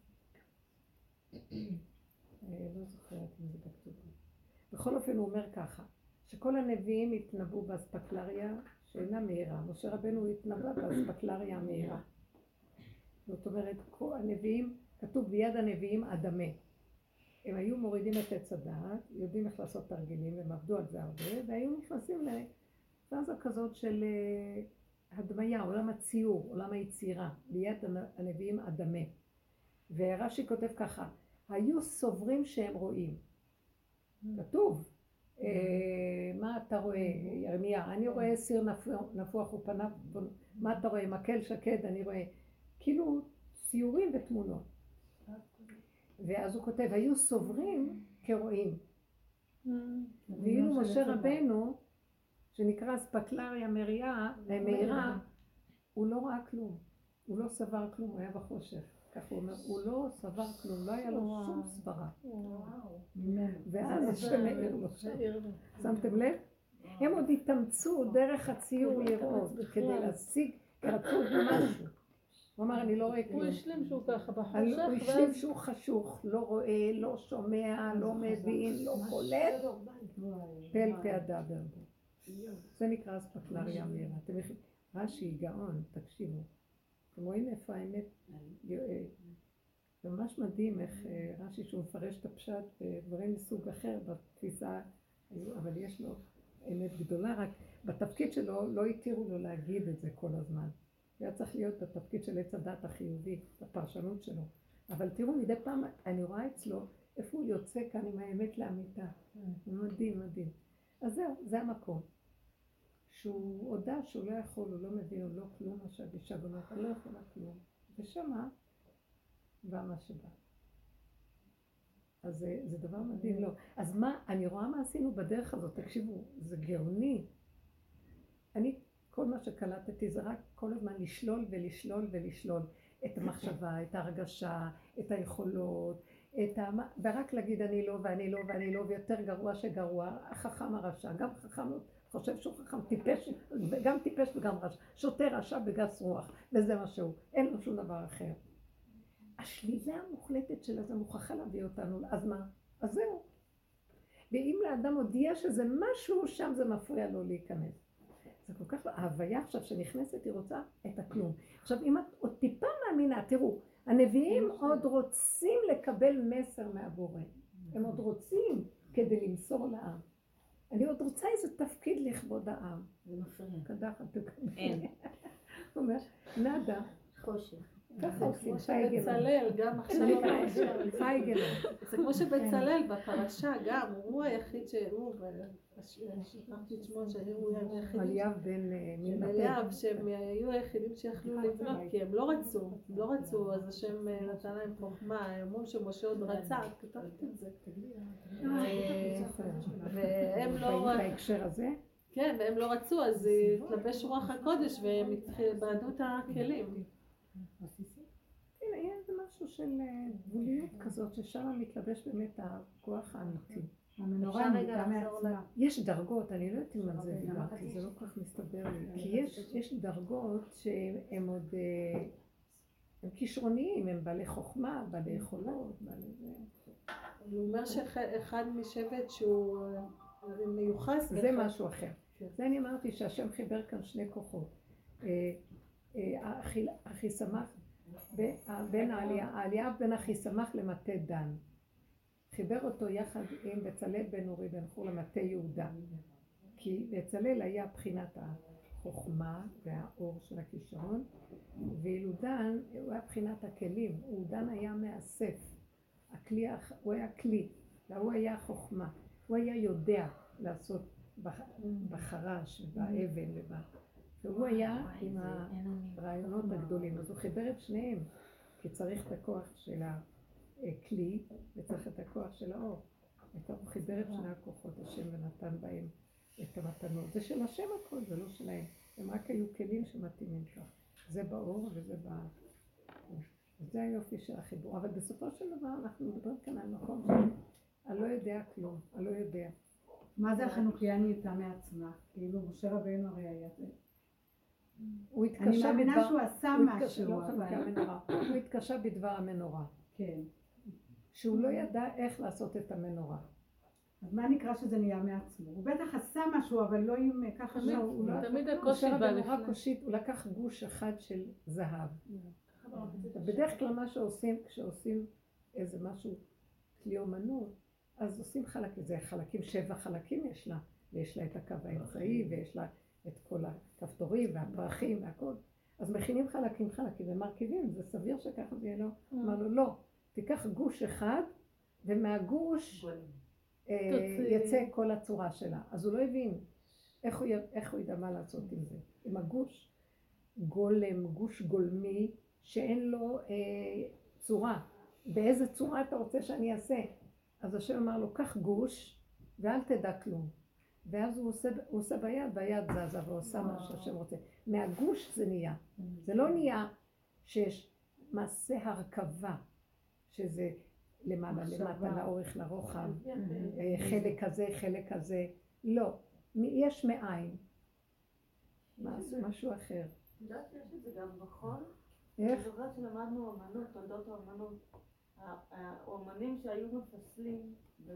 לא זוכרת אם זה בכתובות. בכל אופן הוא אומר ככה, שכל הנביאים התנבאו באספקלריה שאינה מהירה. משה רבנו התנבא באספקלריה המהירה. זאת אומרת, כל הנביאים, כתוב ביד הנביאים אדמה. הם היו מורידים את עץ הדעת, יודעים איך לעשות תרגילים, הם עבדו על זה הרבה, והיו נכנסים לפאזה כזאת של הדמיה, עולם הציור, עולם היצירה, ביד הנביאים אדמה. ורש"י כותב ככה, היו סוברים שהם רואים. כתוב, מה אתה רואה, ירמיה? אני רואה סיר נפוח ופניו, מה אתה רואה, מקל שקד, אני רואה, כאילו ציורים ותמונות. ואז הוא כותב, היו סוברים כרואים. ואילו משה רבנו שנקרא ספקלריה מהירה, הוא לא ראה כלום, הוא לא סבר כלום, הוא היה בחושך. כך הוא אומר, הוא לא סבר כלום, לא היה לו שום סברה. ואז השם העיר לו שם. שמתם לב? הם עוד התאמצו דרך הציור לראות, כדי להשיג, רצו משהו. הוא אמר, אני לא רואה כלום. הוא השלים שהוא ככה בחושך. הוא השלים שהוא חשוך, לא רואה, לא שומע, לא מבין, לא קולט. פל פעדה ברבו. זה נקרא ספקלריה מהירה. רש"י גאון, תקשיבו. אתם רואים איפה האמת? ממש מדהים איך רש"י שהוא מפרש את הפשט ודברים מסוג אחר בתפיסה, אבל יש לו אמת גדולה, רק בתפקיד שלו לא התירו לו להגיד את זה כל הזמן. הוא היה צריך להיות בתפקיד של עץ הדת החיובי, בפרשנות שלו. אבל תראו, מדי פעם אני רואה אצלו איפה הוא יוצא כאן עם האמת לאמיתה. מדהים, מדהים. אז זהו, זה המקום. שהוא הודע שהוא לא יכול, הוא לא מבין, הוא לא כלום, מה שהגישה בנות, הוא לא יכולה כלום. ושמה, בא מה שבא. אז זה דבר מדהים, לא. אז מה, אני רואה מה עשינו בדרך הזאת, תקשיבו, זה גאוני. כל מה שקלטתי זה רק כל הזמן לשלול ולשלול ולשלול את המחשבה, את ההרגשה, את היכולות, ורק להגיד אני לא ואני לא ואני לא, ויותר גרוע שגרוע, החכם הרשע, גם חכם חושב שהוא חכם, טיפש, גם טיפש וגם רשע, שוטה רשע בגס רוח, וזה מה שהוא, אין לו שום דבר אחר. השלילה המוחלטת שלה זה מוכרחה להביא אותנו, אז מה? אז זהו. ואם לאדם הודיע שזה משהו, שם זה מפריע לו להיכנס. זה כל כך, ההוויה עכשיו שנכנסת היא רוצה את הכלום. עכשיו אם את עוד טיפה מאמינה, תראו, הנביאים עוד רוצים לקבל מסר מהבורא. הם עוד רוצים כדי למסור לעם. אני עוד רוצה איזה תפקיד לכבוד העם. זה מפריע. קדחת תקבל. אין. הוא אומר, נדה. חושך. ככה עושים, כמו שבצלאל, גם עכשיו פייגלון. זה כמו שבצלאל בפרשה גם, הוא היחיד שהוא, שכחתי את שמו שהוא היחיד, אליאב בן אליאב, שהם היו היחידים שיכלו לבנות, כי הם לא רצו, אז השם נתן להם חוכמה, האמון שמשה עוד רצה, כתבתי את זה. והם לא... בהקשר הזה? כן, והם לא רצו, אז התלבש רוח הקודש והם בעדו את הכלים. הנה, יהיה איזה משהו של גבוליות כזאת, ששם מתלבש באמת הכוח האמיתי. המנורה נהייתה מעצמה. יש דרגות, אני לא יודעת אם על זה דיברתי, זה לא כל כך מסתבר לי, כי יש דרגות שהם עוד, הם כישרוניים, הם בעלי חוכמה, בעלי יכולות, בעלי זה. הוא אומר שאחד משבט שהוא מיוחס. זה משהו אחר. זה אני אמרתי שהשם חיבר כאן שני כוחות. אחיסמך, העלייה בין אחיסמך למטה דן. חיבר אותו יחד עם בצלאל בן אורי בן חור למטה יהודה. כי בצלאל היה בחינת החוכמה והאור של הכישרון, ואילו דן הוא היה בחינת הכלים. דן היה מאסף. הוא היה כלי, והוא היה חוכמה. הוא היה יודע לעשות בחרש ובאבן והוא היה עם הרעיונות הגדולים, אז הוא חיבר את שניהם, כי צריך את הכוח של הכלי וצריך את הכוח של האור. הוא חיבר את שני הכוחות השם ונתן בהם את המתנות. זה של השם הכל, זה לא שלהם. הם רק היו כלים שמתאימים כך. זה באור וזה זה היופי של החיבור. אבל בסופו של דבר אנחנו מדברים כאן על מקום שאני לא יודע כלום, אני לא יודע. מה זה החנוכיה נהייתה מעצמה? כאילו משה רבינו הרי היה זה. אני מאמינה שהוא עשה משהו, הוא התקשה בדבר המנורה. כן. שהוא לא ידע איך לעשות את המנורה. אז מה נקרא שזה נהיה מעצמו? הוא בטח עשה משהו, אבל לא עם ככה שהוא... תמיד הקושי בא לפני. הוא לקח גוש אחד של זהב. בדרך כלל מה שעושים, כשעושים איזה משהו כלי אומנות, אז עושים חלקים, זה חלקים, 7 חלקים יש לה, ויש לה את הקו האמצעי, ויש לה את כל הכפתורים והפרחים והכל. אז מכינים חלקים ומרכיבים, זה סביר שככה זה יהיה לו. אמר לו, לא, תיקח גוש אחד, ומהגוש יצא כל הצורה שלה. אז הוא לא הבין איך הוא ידע מה לעשות עם זה. עם הגוש גולם, גוש גולמי, שאין לו צורה. באיזה צורה אתה רוצה שאני אעשה? אז השם אמר לו, קח גוש ואל תדע כלום. ואז הוא עושה ביד, והיד זזה ועושה מה שהשם רוצה. מהגוש זה נהיה. זה לא נהיה שיש מעשה הרכבה, שזה למעלה, למטה, לאורך, לרוחב, חלק כזה, חלק כזה. לא, יש מאין. משהו אחר. יודעת שיש את זה גם בחול? איך? אני זוכרת שלמדנו אמנות, תולדות האמנות. האמנים שהיו מפסלים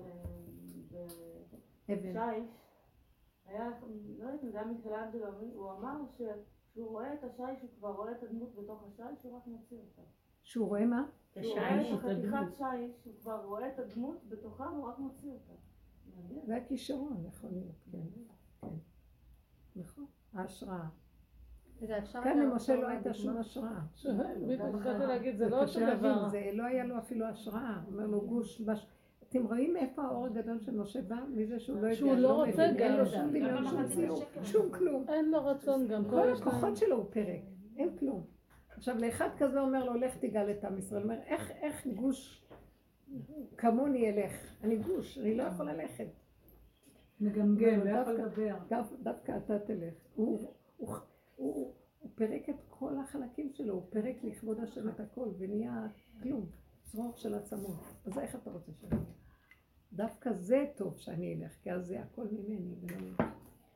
בשיש, היה, לא יודעת אם זה היה מיכלאנג'לו, הוא אמר שהוא רואה את השיש, הוא כבר רואה את הדמות בתוך השיש, הוא רק מוציא אותה. שהוא רואה מה? שהוא רואה את חתיכת שיש, הוא כבר רואה את הדמות בתוכה, הוא רק מוציא אותה. זה הכישרון, יכול להיות, כן. נכון, ההשראה. כאן למשה לא הייתה שום השראה. התחלתי להגיד, זה לא אותו קשה דבר. להבין, זה לא היה לו אפילו השראה. אומר לו גוש, אתם רואים איפה האור הגדול של משה בא? מזה שהוא לא יודע, שהוא לא רוצה מבין, אין גם. לו שום דמיון, שום ציור, שום כלום. אין לו רצון גם. כל הכוחות שלו הוא פרק, אין כלום. עכשיו לאחד כזה אומר לו, לך תיגל את עם ישראל. אומר, איך גוש כמוני ילך? אני גוש, אני לא יכול ללכת. מגמגם, לא יכול לדבר. דווקא אתה תלך. הוא פרק את כל החלקים שלו, הוא פרק לכבוד השם את הכל, ונהיה כלום, צרוך של עצמות. אז איך אתה רוצה שאני? דווקא זה טוב שאני אלך, כי אז זה הכל ממני ולא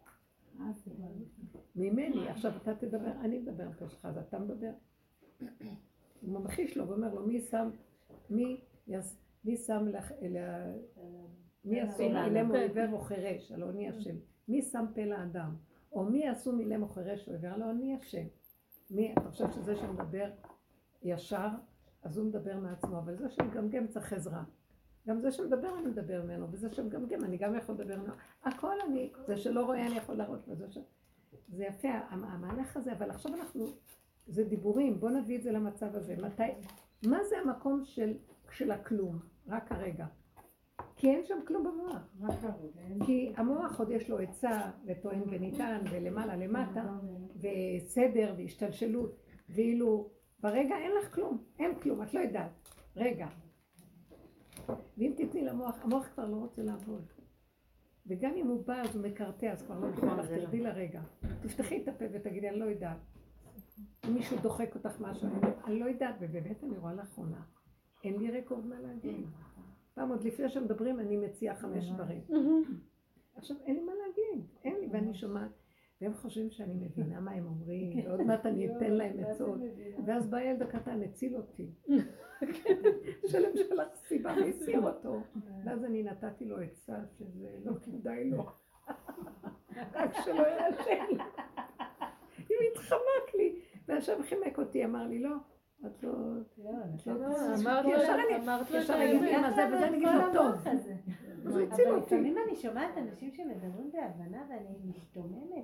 ממני. עכשיו אתה תדבר, אני מדבר פה שלך, אז אתה מדבר. הוא ממחיש לו ואומר לו, מי שם לך, מי עשו אילם עיוור או חירש, הלא אני השם. מי שם פה לאדם? או מי עשו אילם או חירש או עיוור, הלא אני השם. אתה חושב שזה שמדבר ישר, אז הוא מדבר מעצמו, אבל זה שמגמגם צריך עזרה. גם זה שמדבר אני מדבר ממנו, וזה שמגמגם אני גם יכול לדבר ממנו. הכל אני, זה שלא רואה אני יכול להראות, זה יפה, המהלך הזה, אבל עכשיו זה דיבורים, בוא נביא את זה למצב הזה. מה זה המקום של הכלום? רק הרגע. כי אין שם כלום במוח. כי המוח עוד יש לו עצה וטוען וניתן ולמעלה למטה וסדר והשתלשלות, ואילו ברגע אין לך כלום, אין כלום, את לא יודעת. רגע. ואם תתני למוח, המוח כבר לא רוצה לעבוד. וגם אם הוא בא אז הוא מקרטע, אז כבר לא נכון לך, תרדי לרגע. תפתחי את הפה ותגידי, אני לא יודעת. אם מישהו דוחק אותך משהו, אני לא יודעת, ובאמת אני רואה לאחרונה. אין לי רקורד מה להגיד. פעם עוד לפני שמדברים אני מציעה 5 דברים. עכשיו אין לי מה להגיד, אין לי, ואני שומעת, והם חושבים שאני מבינה מה הם אומרים, ועוד מעט אני אתן להם עצות, ואז בא ילד הקטן, הציל אותי. שלם שלך סיבה והסיר אותו, ואז אני נתתי לו עצה שזה לא כדאי לו, רק שלא ירשם. הוא התחמק לי, ועכשיו חימק אותי, אמר לי לא. את לא... אמרת לו את האמת. וזה נגיד לו טוב. אבל לפעמים אני שומעת אנשים שמדברים בהבנה ואני משתוממת.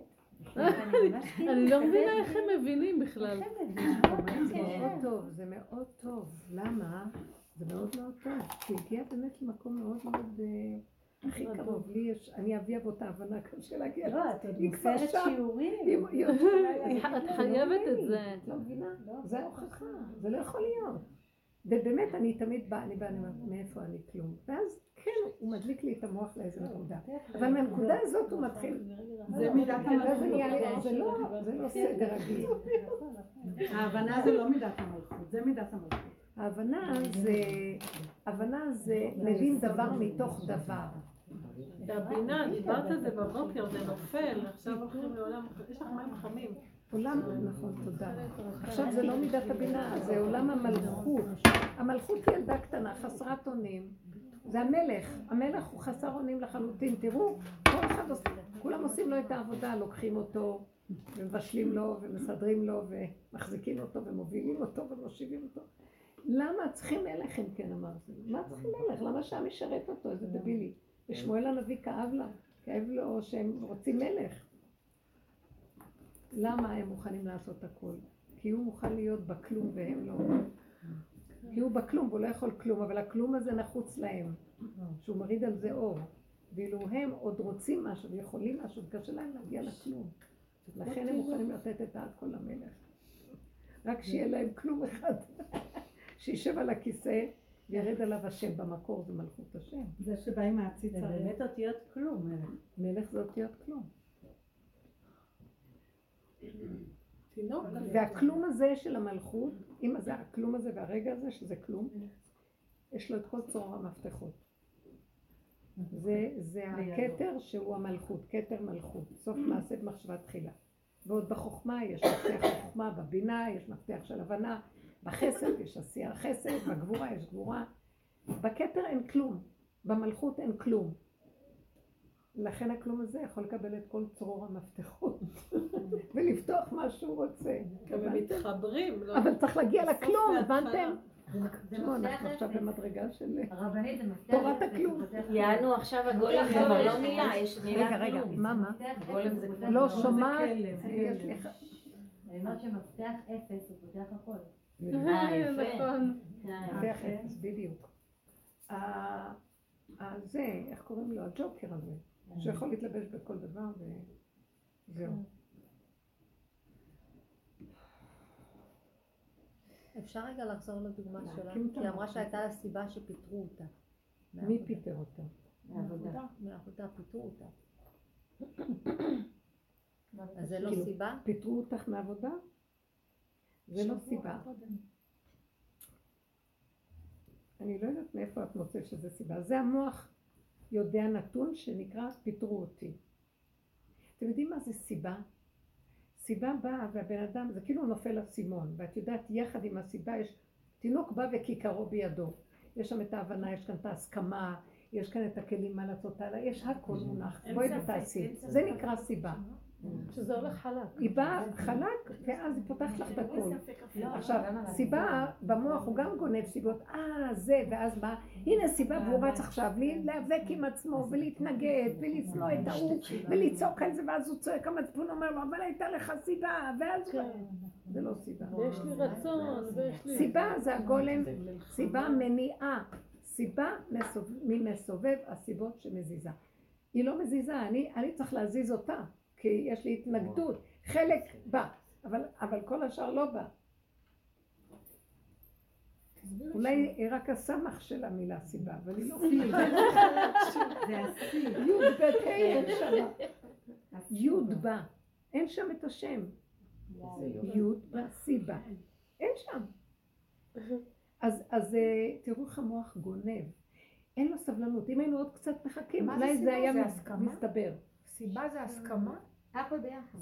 אני לא מבינה איך הם מבינים בכלל. זה מאוד טוב, זה מאוד טוב. למה? זה מאוד מאוד טוב. כי הגיע באמת למקום מאוד מאוד הכי קרוב. לי יש, אני אביא אבות ההבנה קשה להגיע. לא, את עוד מוסרת שיעורים. את חייבת את זה. את לא מבינה? זה ההוכחה, זה לא יכול להיות. ובאמת אני תמיד באה, אני אומרת, מאיפה אני כלום. ואז כן, הוא מדליק לי את המוח לאיזה נקודה. אבל מהנקודה הזאת הוא מתחיל. זה מידת המלכות. זה לא סדר רגיל. ההבנה זה לא מידת המלכות, זה מידת המלכות. ההבנה זה מבין דבר מתוך דבר. הבינה, דיברת על זה בבוקר, זה נופל, עכשיו הולכים לעולם, יש לך מים חמים. עולם, נכון, תודה. עכשיו זה לא מידת הבינה, זה עולם המלכות. המלכות היא ילדה קטנה, חסרת אונים. זה המלך. המלך הוא חסר אונים לחלוטין. תראו, כל אחד כולם עושים לו את העבודה, לוקחים אותו, ומבשלים לו, ומסדרים לו, ומחזיקים אותו, ומובילים אותו, ומושיבים אותו. למה צריכים מלך אם כן אמרתי? מה צריכים מלך? למה שם משרת אותו? איזה דבילי. ושמואל הנביא כאב לו שהם רוצים מלך. למה הם מוכנים לעשות הכל? כי הוא מוכן להיות בכלום והם לא. כי הוא בכלום והוא לא יכול כלום, אבל הכלום הזה נחוץ להם, שהוא מריד על זה אור. ואילו הם עוד רוצים משהו ויכולים משהו, קשה להם להגיע לכלום. לכן הם מוכנים לתת את הכל למלך. רק שיהיה להם כלום אחד. שישב על הכיסא ירד עליו השם במקור, זה מלכות השם. זה שבא עם העציץ זה באמת אותיות כלום. מלך זה אותיות כלום. תינוק. והכלום הזה של המלכות, אם זה הכלום הזה והרגע הזה שזה כלום, יש לו את כל צרור המפתחות. זה הכתר שהוא המלכות, כתר מלכות, סוף מעשה במחשבה תחילה. ועוד בחוכמה יש מפתח בחוכמה, בבינה יש מפתח של הבנה, בחסד יש עשייה חסד, בגבורה יש גבורה. בכתר אין כלום, במלכות אין כלום. לכן הכלום הזה יכול לקבל את כל צרור המפתחות ולפתוח מה שהוא רוצה. הם מתחברים. אבל צריך להגיע לכלום, הבנתם? תשמעו, אנחנו עכשיו במדרגה של תורת הכלום. יענו עכשיו הגולם זה כבר לא מילה, יש מילה כלום. רגע, מה? גולם זה כבר לא שומעת. אני אומרת שמפתח אפס הוא פותח הכל. יפה. מפתח אפס, בדיוק. זה, איך קוראים לו? הג'וקר הזה, שיכול להתלבש בכל דבר וזהו. אפשר רגע לחזור לדוגמה שלה? להקים כי היא אמרה שהייתה לה סיבה שפיטרו אותה. מי פיטר אותה? מהעבודה פיטרו אותה. אז זה לא סיבה? פיטרו אותך מעבודה? זה לא סיבה. אני לא יודעת מאיפה את מוצאת שזה סיבה. זה המוח יודע נתון שנקרא פיטרו אותי. אתם יודעים מה זה סיבה? סיבה באה והבן אדם, זה כאילו נופל אסימון, ואת יודעת יחד עם הסיבה יש, תינוק בא וכיכרו בידו. יש שם את ההבנה, יש כאן את ההסכמה, יש כאן את הכלים מה לעשות הלאה, יש הכל מונח. בואי ותעשי. זה נקרא סיבה. שזה הולך חלק. היא באה חלק, ואז היא פותחת לך את הכל. עכשיו, סיבה במוח הוא גם גונב סיבות, זה, ואז מה? הנה סיבה והוא רץ עכשיו להיאבק עם עצמו ולהתנגד ולשנוא את ההוא ולצעוק על זה, ואז הוא צועק, המצפון אומר לו, אבל הייתה לך סיבה, ואז זה לא סיבה. ויש לי רצון, ויש לי... סיבה זה הגולם, סיבה מניעה, סיבה ממסובב הסיבות שמזיזה. היא לא מזיזה, אני צריך להזיז אותה. כי יש לי התנגדות, חלק בא, אבל כל השאר לא בא. אולי רק הסמך של המילה סיבה, אבל היא לא סיבה. זה הסי. יוד בית אין שם. יוד בא, אין שם את השם. יוד בא, סיבה. אין שם. אז תראו איך המוח גונב. אין לו סבלנות. אם היינו עוד קצת מחכים, אולי זה היה מסתבר. סיבה זה הסכמה? הכל ביחד.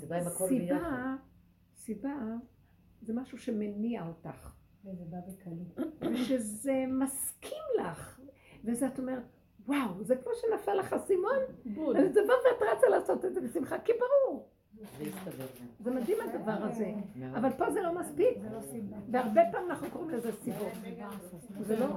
סיבה זה משהו שמניע אותך. וזה בא בקלות. ושזה מסכים לך. וזה את אומרת, וואו, זה כמו שנפל לך אסימון. אז זה בא ואת רצה לעשות את זה בשמחה, כי ברור. זה מדהים הדבר הזה. אבל פה זה לא מספיק. והרבה פעמים אנחנו קוראים לזה סיבות. זה לא.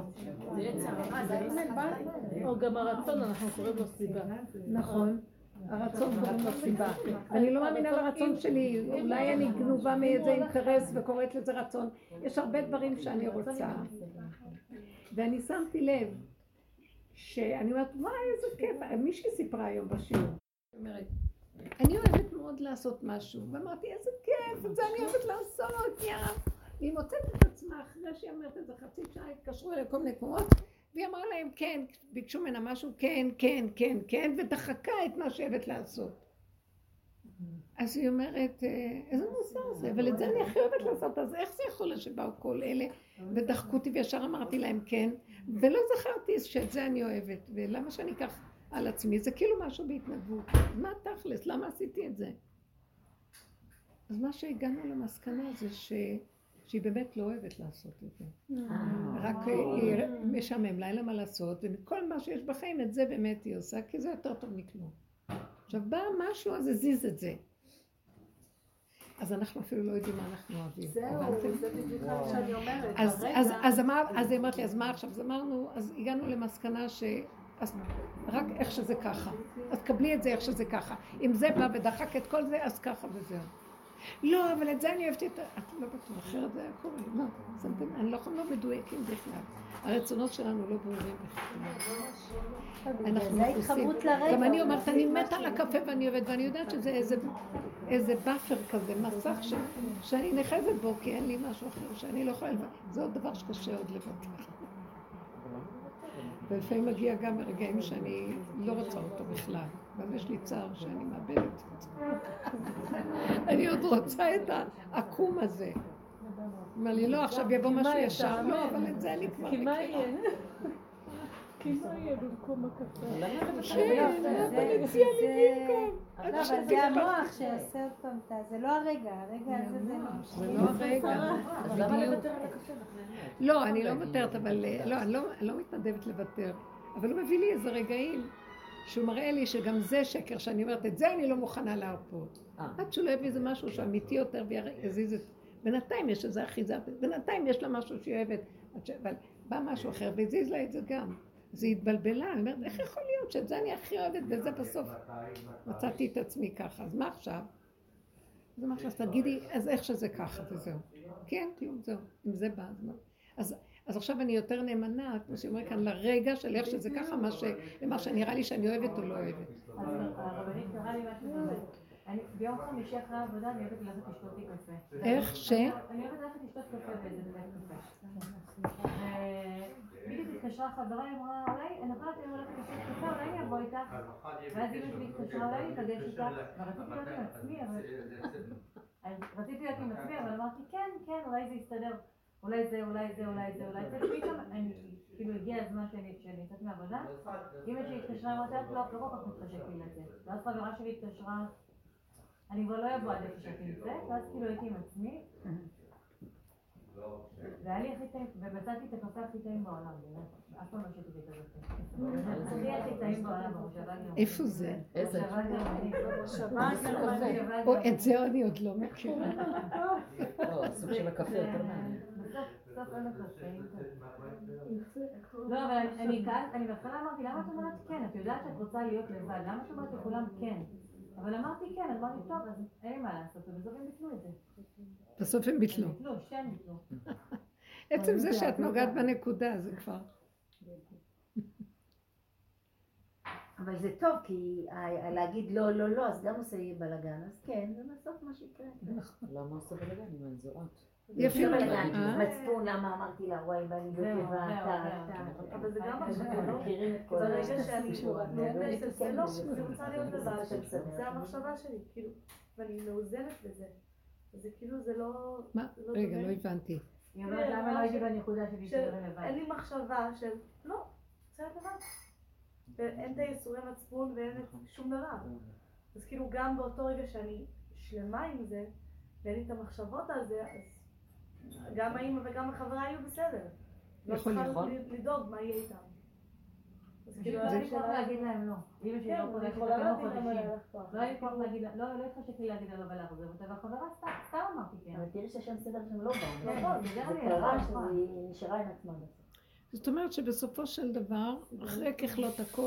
או גם הרצון, אנחנו קוראים לו סיבה. נכון. הרצון קוראים לו סיבה. ואני לא מאמינה לרצון שלי, אולי אני גנובה מאיזה אינטרס וקוראת לזה רצון. יש הרבה דברים שאני רוצה. ואני שמתי לב שאני אומרת, וואי איזה כיף, מישהי סיפרה היום בשיעור. אני אוהבת מאוד לעשות משהו, ואמרתי איזה כיף, את זה אני אוהבת לעשות, היא מוצאת את עצמה אחרי שהיא אומרת את זה חצי שעה, התקשרו אליה כל מיני מקומות, והיא אמרה להם כן, ביקשו ממנה משהו, כן, כן, כן, כן, ודחקה את מה שאוהבת לעשות. אז היא אומרת, איזה מוזר זה, אבל את זה אני הכי אוהבת לעשות, אז איך זה יכול שבאו כל אלה, ודחקו אותי וישר אמרתי להם כן, ולא זכרתי שאת זה אני אוהבת, ולמה שאני אקח על עצמי, זה כאילו משהו בהתנדבות, מה תכלס, למה עשיתי את זה? אז מה שהגענו למסקנה זה שהיא באמת לא אוהבת לעשות את זה. רק היא משעמם לה, אין לה מה לעשות, ומכל מה שיש בחיים את זה באמת היא עושה, כי זה יותר טוב מכלום. עכשיו בא משהו, אז הזיז את זה. אז אנחנו אפילו לא יודעים מה אנחנו אוהבים. זהו, זה בדיוק מה שאני אומרת. אז היא אמרת לי, אז מה עכשיו? אז אמרנו, אז הגענו למסקנה אז רק איך שזה ככה. אז קבלי את זה איך שזה ככה. אם זה בא ודחק את כל זה, אז ככה וזהו. לא, אבל את זה אני אוהבתי את... את לא בטוח, אחרת זה היה קורה. לא, אנחנו לא מדויקים בכלל. הרצונות שלנו לא ברורים בכלל. זה ההתחברות לרגע. גם אני אומרת, אני מתה על הקפה ואני אוהבת, ואני יודעת שזה איזה באפר כזה, מסך שאני נחזת בו, כי אין לי משהו אחר שאני לא יכולה לבטח. זה עוד דבר שקשה עוד לבטח. ולפעמים מגיע גם רגעים שאני לא רוצה אותו בכלל. ואז יש לי צער שאני מאבדת את זה. אני עוד רוצה את העקום הזה. אומר לי, לא, עכשיו יבוא משהו ישר. לא, אבל את זה אני כבר מכירה. כי מה יהיה במקום הקפה? כן, אבל הציע לי במקום. לא, אבל זה המוח שעושה עוד פעם את זה, זה לא הרגע, הרגע הזה זה לא. זה לא הרגע. אז למה לוותר על הקפה? לא, אני לא מוותרת, אבל לא, אני לא מתנדבת לוותר. אבל הוא מביא לי איזה רגעים שהוא מראה לי שגם זה שקר, שאני אומרת, את זה אני לא מוכנה להרפות. עד שהוא לא יביא איזה משהו שאמיתי יותר ויזיז את... בינתיים יש איזה אחיזה, בינתיים יש לה משהו שהיא אוהבת, אבל בא משהו אחר והזיז לה את זה גם. זה התבלבלה, אני אומרת, איך יכול להיות שאת זה אני הכי אוהבת וזה בסוף מצאתי את עצמי ככה, אז מה עכשיו? זה מה עכשיו, תגידי, אז איך שזה ככה וזהו. כן, כלום, זהו, אם זה בא, אז עכשיו אני יותר נאמנה, כמו שאומר כאן, לרגע של איך שזה ככה, למה שנראה לי שאני אוהבת או לא אוהבת. אז הרבנית קראה לי משהו כזה. ביום חמישי אחרי העבודה אני אוהבת ללכת לשתות לי קפה. איך ש? אני אוהבת ללכת לשתות קפה באיזה בית קפה. בדיוק התקשרה חברה, היא אמרה, אולי, אני יכולה לתת ללכת לשתות קפה, אולי אני אבוא איתך. ואז אמא שלי התקשרה, אולי להיפגש איתך, ורציתי להיות עם עצמי, אבל אמרתי, כן, אולי זה יסתדר. אולי זה. ופתאום כאילו הגיע הזמן שאני יצאת מעבודה, אמא שלי התקשרה, אמרתי, לא כל כך מתחשק לי לצאת. ואז חברה שלי התקשרה, אני כבר לא אבוא עד איפה שאתי נמצאת, ואז כאילו הייתי עם עצמי, והיה לי הכי טעים, ומצאתי את הקפה הכי טעים בעולם, אף פעם לא שתיתי את הקפה. הכי טעים בעולם, במושבה גרמנית. איפה זה? במושבה גרמנית. את זה אני עוד לא מכירה. לא, הסוג של הקפה יותר מעניין. בסוף אין לך קפה. לא, אבל אני בהתחלה אמרתי, למה את אומרת כן? את יודעת שאת רוצה להיות לבד, למה את אומרת לכולם כן? אבל אמרתי כן, אמרתי טוב, אז אין לי מה לעשות, ובסוף הם ביטלו את זה. בסוף הם ביטלו. שתיהם ביטלו. עצם זה שאת נוגעת בנקודה, זה כבר. אבל זה טוב, כי להגיד לא, אז גם עושה לי בלגן, אז כן, זה בסוף מה שיקרה. למה עושה בלגן? אם אני זורעת. יפה, מצפון, למה אמרתי לה, וואי, ואני בטבע, אבל זה גם מחשבה, לא? מכירים את כל ברגע שאני נאמרת, זה לא, זה רוצה להיות לבד, זה המחשבה שלי, כאילו, ואני מאוזנת בזה. זה כאילו, זה לא... מה? רגע, לא הבנתי. היא אומרת, למה לא הייתי בנקודה שלי של לבד? אין לי מחשבה של, לא, זה לבד. ואין את הייסורי מצפון ואין את שום דבר. אז כאילו, גם באותו רגע שאני שלמה עם זה, ואין לי את המחשבות על זה, אז גם האמא וגם החברה היו בסדר. לא צריכה לדאוג מה יהיה איתם. אז כאילו, לא היה לי כוח להגיד להם לא. אמא שלי לא פולשת בכמה חודשים. לא היה לי כוח להגיד להם, לא התחשק לי להגיד לה ולעזוב אותה, והחברה סתם אמרתי כן. אבל תראי שהשם סדר שהם לא באו. נכון, זה גם לי. היא נשארה עם עצמה. זאת אומרת שבסופו של דבר, אחרי ככלות הכל,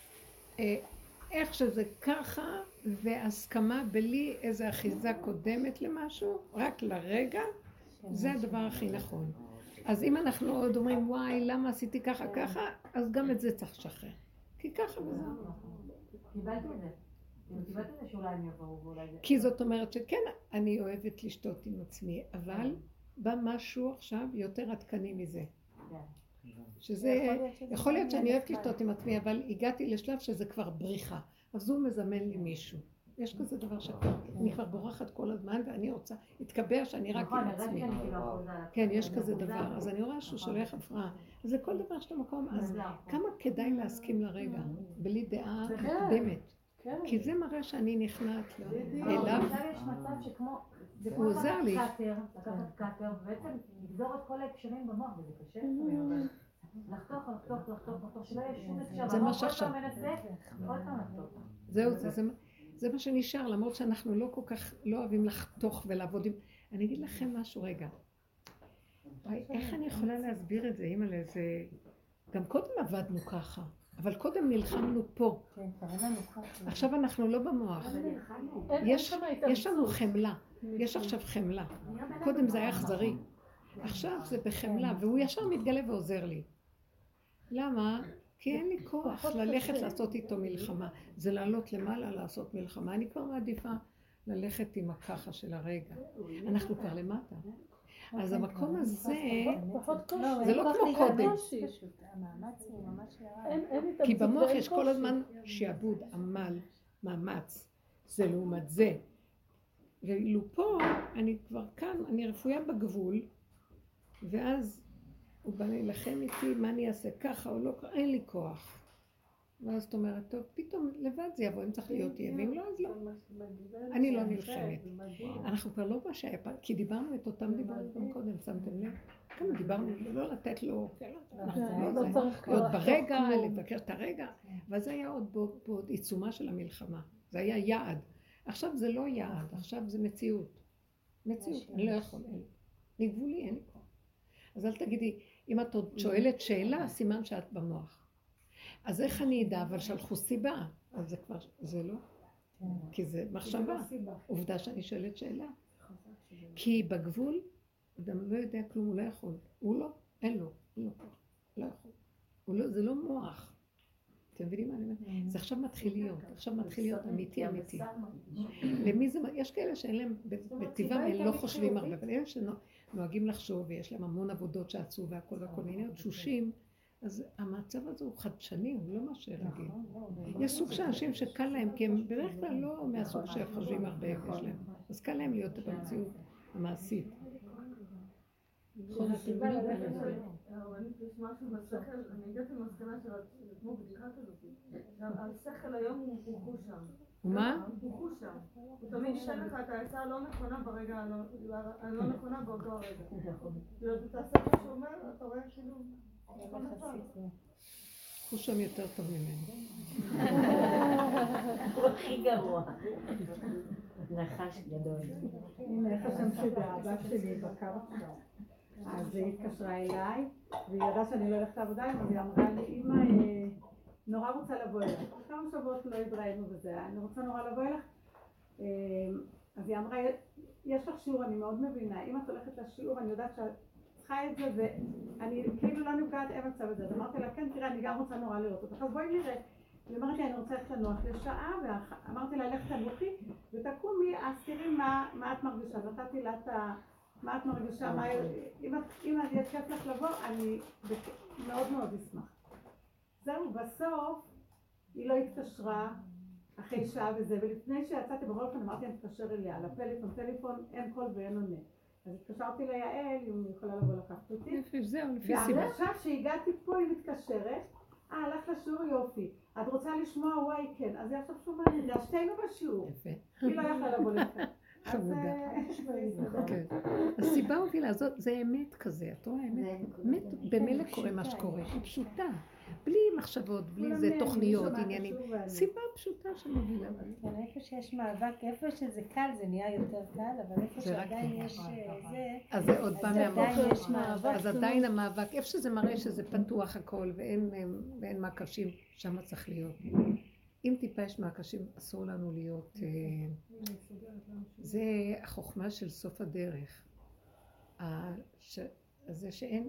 איך שזה ככה, והסכמה בלי איזו אחיזה קודמת למשהו, רק לרגע, זה הדבר הכי נכון. אז אם אנחנו עוד אומרים, וואי, למה עשיתי ככה, אז גם את זה צריך לשחרר. כי ככה וזהו. קיבלתי את זה. קיבלתי את זה שאולי הם יבואו ואולי זה... כי זאת אומרת שכן, אני אוהבת לשתות עם עצמי, אבל בא משהו עכשיו יותר עדכני מזה. שזה, יכול להיות שאני אוהבת לשתות עם עצמי, אבל הגעתי לשלב שזה כבר בריחה. אז הוא מזמן לי מישהו. יש כזה דבר שאני כבר בורחת כל הזמן ואני רוצה להתקבע שאני רק עם עצמי. כן, יש כזה דבר. אז אני רואה שהוא שולח הפרעה. אז לכל דבר שאתה מקום, אז כמה כדאי להסכים לרגע, בלי דעה קודמת. כי זה מראה שאני נכנעת אליו. עכשיו יש מצב שכמו... הוא עוזר לי. לקחת קאטר, ובעצם לגזור את כל ההקשרים במוח, וזה קשה. לחתוך, שלא יהיה שום הקשר. זה מה שעכשיו. כל פעם מנסה, עוד פעם לחתוך. זהו, זה מה שנשאר, למרות שאנחנו לא כל כך לא אוהבים לחתוך ולעבוד עם... אני אגיד לכם משהו רגע. איך אני יכולה להסביר את זה, אימא לזה... גם קודם עבדנו ככה, אבל קודם נלחמנו פה. עכשיו אנחנו לא במוח. יש לנו חמלה. יש עכשיו חמלה. קודם זה היה אכזרי. עכשיו זה בחמלה, והוא ישר מתגלה ועוזר לי. למה? כי אין לי כוח ללכת לעשות איתו מלחמה. זה לעלות למעלה לעשות מלחמה. אני כבר מעדיפה ללכת עם הככה של הרגע. אנחנו כבר למטה. אז המקום הזה, פחות קושי. זה לא כמו קודם. המאמץ הוא ממש ירד. כי במוח יש כל הזמן שעבוד, עמל, מאמץ, זה לעומת זה. ואילו פה, אני כבר כאן, אני רפויה בגבול, ואז הוא בא להילחם איתי, מה אני אעשה, ככה או לא, אין לי כוח. ואז את אומרת, טוב, פתאום לבד זה יבוא, אם צריך להיות יהיה, ואם לא, אז לא. אני לא נלחמת. אנחנו כבר לא מה שהיה פעם, כי דיברנו את אותם דיברנו גם קודם, שמתם לב? כמה דיברנו, לא לתת לו, להיות ברגע, לבקר את הרגע, וזה היה עוד עיצומה של המלחמה. זה היה יעד. עכשיו זה לא יעד, עכשיו זה מציאות. מציאות, אני לא יכול, לגבולי, אין לי כוח. אז אל תגידי, אם את עוד שואלת שאלה, סימן שאת במוח. אז איך אני אדע, אבל שלחו סיבה, אז זה כבר, זה לא, כי זה מחשבה, עובדה שאני שואלת שאלה. כי בגבול, אדם לא יודע כלום, הוא לא יכול, הוא לא, אין לו כוח, לא יכול, זה לא מוח. אתם מבינים מה אני אומרת? זה עכשיו מתחיל להיות אמיתי. למי זה, יש כאלה שאין להם, בטבעם הם לא חושבים הרבה, אבל אלה שנוהגים לחשוב, ויש להם המון עבודות שעצו והכל, מיני תשושים, אז המצב הזה הוא חדשני, הוא לא מה שרגיל. יש סוג של אנשים שקל להם, כי הם בדרך כלל לא מהסוג שחושבים הרבה יש להם. אז קל להם להיות במציאות המעשית. הרבנית, יש משהו בשכל, אני הגעתי למסקנה של כמו בדיחה כזאת. השכל היום הוא חוש שם. מה? הוא חוש שם. הוא תמיד ייתן לך את העצה הלא נכונה ברגע הלא נכונה באותו הרגע. אתה השכל שאומר, אתה רואה כאילו... הוא שם יותר טוב ממנו. הוא הכי גרוע. נחש גדול. הנה, איך השם שלי, הבת שלי בקו עכשיו. אז היא התקשרה אליי, והיא ידעה שאני לא הולכת לעבודה, אז היא אמרה לי, אמא, נורא רוצה לבוא אליך. כמה שבועות לא התראינו בזה, אני רוצה נורא לבוא אליך. אז היא אמרה, יש לך שיעור, אני מאוד מבינה, אם את הולכת לשיעור, אני יודעת שאת צריכה את זה, ואני כאילו לא נפגעת אמצע בזה. אז אמרתי לה, כן, תראה, אני גם רוצה נורא לראות אותך, אז בואי נראה. היא אמרת לי, אני רוצה ללכת לנוח לשעה, ואמרתי לה, לך תנוחי, ותקומי, אז תראי מה את מרגישה. נתתי לה את מה את מרגישה, אם יהיה כיף לך לבוא, אני מאוד מאוד אשמח. זהו, בסוף היא לא התקשרה אחרי שעה וזה, ולפני שיצאתי בכל אופן אמרתי, אני אתקשר אליה, לפלאפון, אין קול ואין עונה. אז התקשרתי ליעל, אם היא יכולה לבוא לקחת אותי. זהו, לפי סיבה. ועכשיו שהגעתי פה היא מתקשרת, הלך לשיעור יופי, את רוצה לשמוע וואי כן, אז היא עכשיו שומעת את זה, שתינו בשיעור. יפה. היא לא יכלה לבוא לכאן. חמודה. הסיבה הובילה, זה אמת כזה, את רואה, אמת במילא קורה מה שקורה, היא פשוטה, בלי מחשבות, בלי איזה תוכניות, עניינים, סיבה פשוטה שמובילה. איפה שיש מאבק, איפה שזה קל זה נהיה יותר קל, אבל איפה שעדיין יש זה, אז זה עוד פעם מהמאבק. אז עדיין המאבק, איפה שזה מראה שזה פתוח הכל ואין מה קשים, שם צריך להיות. אם טיפה יש מהקשים, אסור לנו להיות... זה החוכמה של סוף הדרך. זה שאין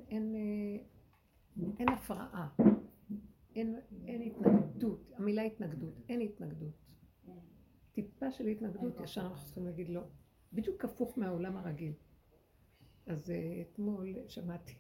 הפרעה, אין התנגדות. המילה התנגדות, אין התנגדות. טיפה של התנגדות, ישר אנחנו צריכים להגיד לא. בדיוק הפוך מהעולם הרגיל. אז אתמול שמעתי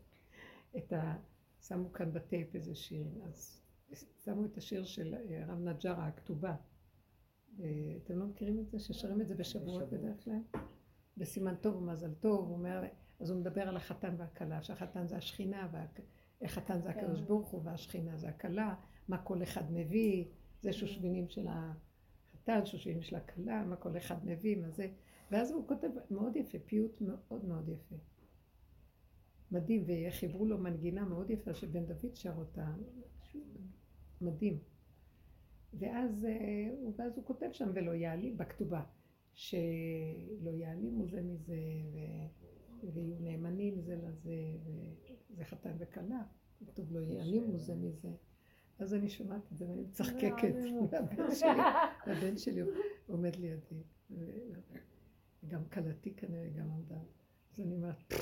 שמו כאן בטייפ איזה שיר, אז... שמו את השיר של רב נג'רה, הכתובה. אתם לא מכירים את זה? ששרים את זה בשבועות בדרך כלל? בסימן טוב ומזל טוב, הוא אומר, אז הוא מדבר על החתן והכלה, שהחתן זה השכינה, והחתן זה הקדוש ברוך הוא, והשכינה זה הכלה, מה כל אחד מביא, זה שושבינים של החתן, שושבינים של הכלה, מה כל אחד מביא, מה זה. ואז הוא כותב מאוד יפה, פיוט מאוד מאוד יפה. מדהים, וחיברו לו מנגינה מאוד יפה שבן דוד שר אותה. מדהים. ואז הוא כותב שם ולא יעלים בכתובה שלא יעלימו זה מזה ויהיו נאמנים זה לזה וזה חתן וכלה, כתוב לא יעלימו זה מזה. אז אני שומעת את זה ואני מצחקקת, והבן שלי עומד לידי, גם כלתי כנראה גם עמדה, אז אני אומרת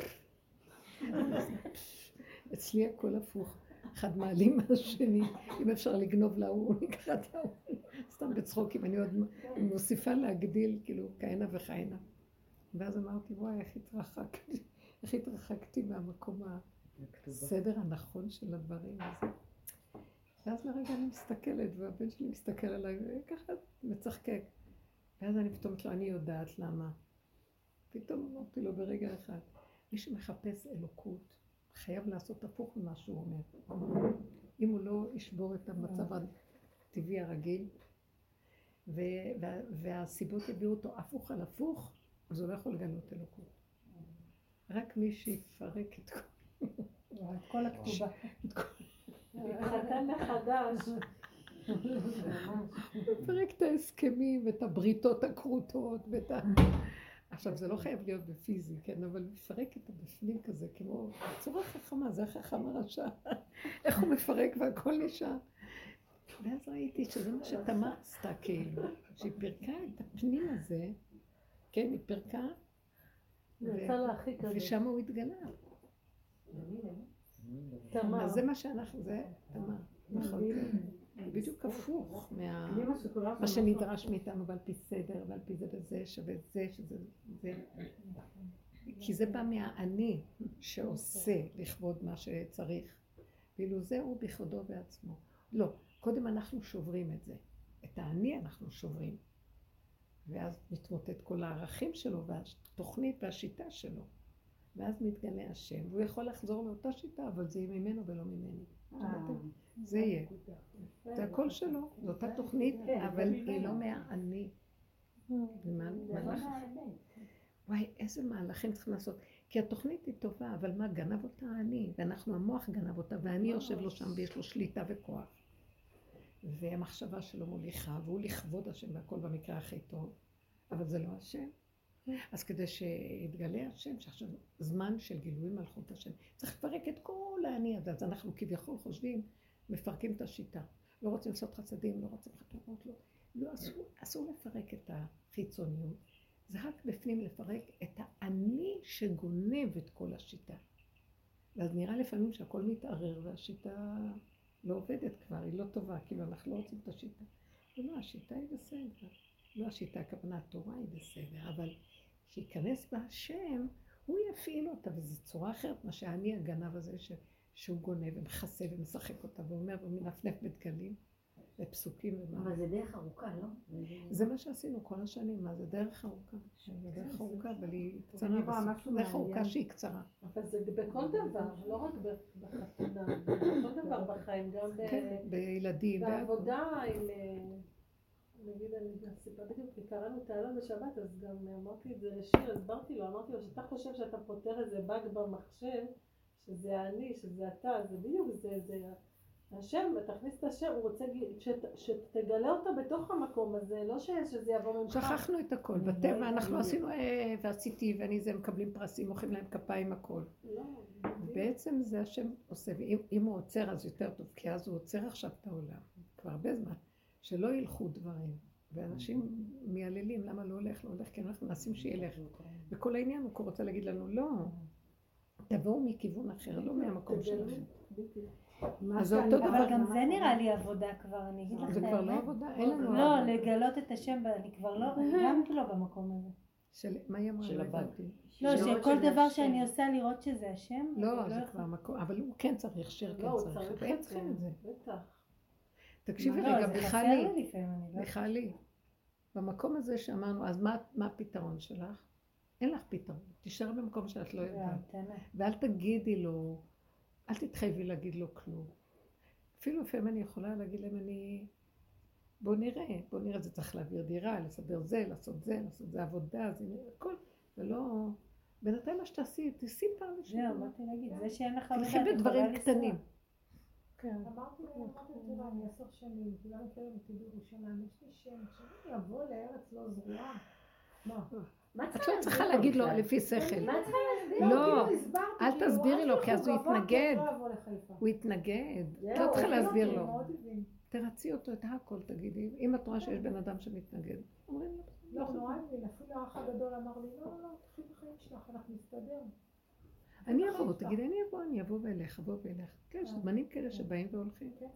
אצלי הכל הפוך, אחד מעלים מהשני, אם אפשר לגנוב להוא, הוא נקרא את ההוא, סתם בצחוקים, אני עוד מוסיפה להגדיל, כאילו, כהנה וכהנה. ואז אמרתי, וואי, איך התרחקתי, איך התרחקתי מהמקום הסדר הנכון של הדברים הזה. ואז לרגע אני מסתכלת, והבן שלי מסתכל עליי, וככה מצחקק. ואז אני פתאום אומרת לו, אני יודעת למה. פתאום אמרתי לו ברגע אחד, מי שמחפש אלוקות, חייב לעשות הפוך ממה שהוא אומר. אם הוא לא ישבור את המצב הטבעי הרגיל, והסיבות יביאו אותו הפוך על הפוך, אז הוא לא יכול לגלות אלוקות. רק מי שיפרק את כל הכתובה. חתן מחדש. יפרק את ההסכמים ואת הבריתות הקרוטות עכשיו זה לא חייב להיות בפיזי, כן, אבל מפרק את הבפנים כזה, כמו צורה חכמה, זה החכם הרשע. איך הוא מפרק והכל נשאר. ואז ראיתי שזה מה שתמר עשתה כאילו, שהיא פירקה את הפנים הזה, כן, היא פירקה, ושם הוא התגלה. תמר. אז זה מה שאנחנו, זה תמר, נכון. בדיוק הפוך מה שנדרש מאיתנו ועל פי סדר ועל פי זה וזה שווה זה שזה זה, כי זה בא מהאני שעושה לכבוד מה שצריך, ואילו זה הוא בכבודו בעצמו. לא, קודם אנחנו שוברים את זה, את האני אנחנו שוברים, ואז מתמוטט כל הערכים שלו והתוכנית והשיטה שלו, ואז מתגלה השם, והוא יכול לחזור לאותה שיטה, אבל זה יהיה ממנו ולא ממני. זה יהיה. זה הכל שלו, זו אותה תוכנית, אבל היא לא מהאני. וואי, איזה מהלכים צריכים לעשות. כי התוכנית היא טובה, אבל מה, גנב אותה האני, ואנחנו, המוח גנב אותה, והאני יושב לו שם ויש לו שליטה וכוח. והמחשבה שלו מוליכה, והוא לכבוד השם והכל במקרה הכי טוב, אבל זה לא השם. אז כדי שיתגלה השם, שעכשיו זמן של גילוי מלכות השם, צריך לפרק את כל האני הזה, אז אנחנו כביכול חושבים, מפרקים את השיטה. לא רוצים לעשות חסדים, לא רוצים חתונות, לא אסור לפרק את החיצוניות, זה רק בפנים לפרק את האני שגונב את כל השיטה. ואז נראה לפעמים שהכל מתערער והשיטה לא עובדת כבר, היא לא טובה, כאילו אנחנו לא רוצים את השיטה. לא, השיטה היא בסדר. לא השיטה, הכוונה התורה היא בסדר, אבל שיכנס בה השם, הוא יפעיל אותה, וזו צורה אחרת, מה שאני הגנב הזה שהוא גונב ומחסה ומשחק אותה, ואומר ומנפנף בדגלים, ופסוקים ומה. אבל זה דרך ארוכה, לא? זה מה שעשינו כל השנים, מה זה דרך ארוכה? זה דרך ארוכה, אבל היא קצרה, דרך ארוכה שהיא קצרה. אבל זה בכל דבר, לא רק בחתונה, בכל דבר בחיים, גם בילדים, בעבודה, נגיד, אני סיפרתי בדיוק, כי קראנו תעלה בשבת, אז גם אמרתי את זה לשיר, הסברתי לו, אמרתי לו, שאתה חושב שאתה פותר איזה באג במחשב, שזה אני, שזה אתה, זה בדיוק, זה השם, תכניס את השם, הוא רוצה שתגלה אותו בתוך המקום הזה, לא שזה יבוא ממך. שכחנו את הכל, בטבע אנחנו עשינו ועשיתי ואני זה מקבלים פרסים, מוחאים להם כפיים הכל. בעצם זה השם עושה, ואם הוא עוצר אז יותר טוב, כי אז הוא עוצר עכשיו את העולם, כבר הרבה זמן. שלא ילכו דברים, ואנשים מייללים, למה לא הולך, לא הולך, כי אנחנו מנסים שילך. וכל העניין הוא רוצה להגיד לנו, לא, תבואו מכיוון אחר, לא מהמקום שלכם. אז זה אותו דבר. אבל גם זה נראה לי עבודה כבר, אני אגיד לך את האמת. זה כבר לא עבודה, אין לנו לא, לגלות את השם, אני כבר לא, גם לא במקום הזה. מה היא אמרה? של הבאתי. לא, שכל דבר שאני עושה לראות שזה השם. לא, זה כבר מקום, אבל הוא כן צריך, שיר כן צריך, והם צריכים את זה. בטח. תקשיבי רגע, מיכלי, במקום הזה שאמרנו, אז מה הפתרון שלך? אין לך פתרון, תישאר במקום שאת לא יודעת. ואל תגידי לו, אל תתחייבי להגיד לו כלום. אפילו לפעמים אני יכולה להגיד להם, בוא נראה, זה צריך להעביר דירה, לסדר זה, לעשות זה עבודה, זה הכל, ולא, בינתיים מה שתעשי, תעשי פעם לשם. זהו, באתי להגיד, זה שאין לך עבודה, תלכי בדברים קטנים. אמרתי להם, אני 10 שנים, כולם מכירים אותי בירושלים, יש לי שם, כשאני אבוא לארץ לא זרועה. מה? את לא צריכה להגיד לו לפי שכל. מה צריכה להסביר? לא, אל תסבירי לו, כי אז הוא יתנגד. הוא יתנגד. את לא צריכה להסביר לו. תרצי אותו את הכל, תגידי. אם את רואה שיש בן אדם שמתנגד, אומרים לו. לא, נורא לי, אפילו האח הגדול אמר לי, לא, תחי בחיים שלך, אנחנו נסתדר. אני אבוא, תגיד, אני אבוא ואלך, כן, יש זמנים כאלה שבאים והולכים. כן.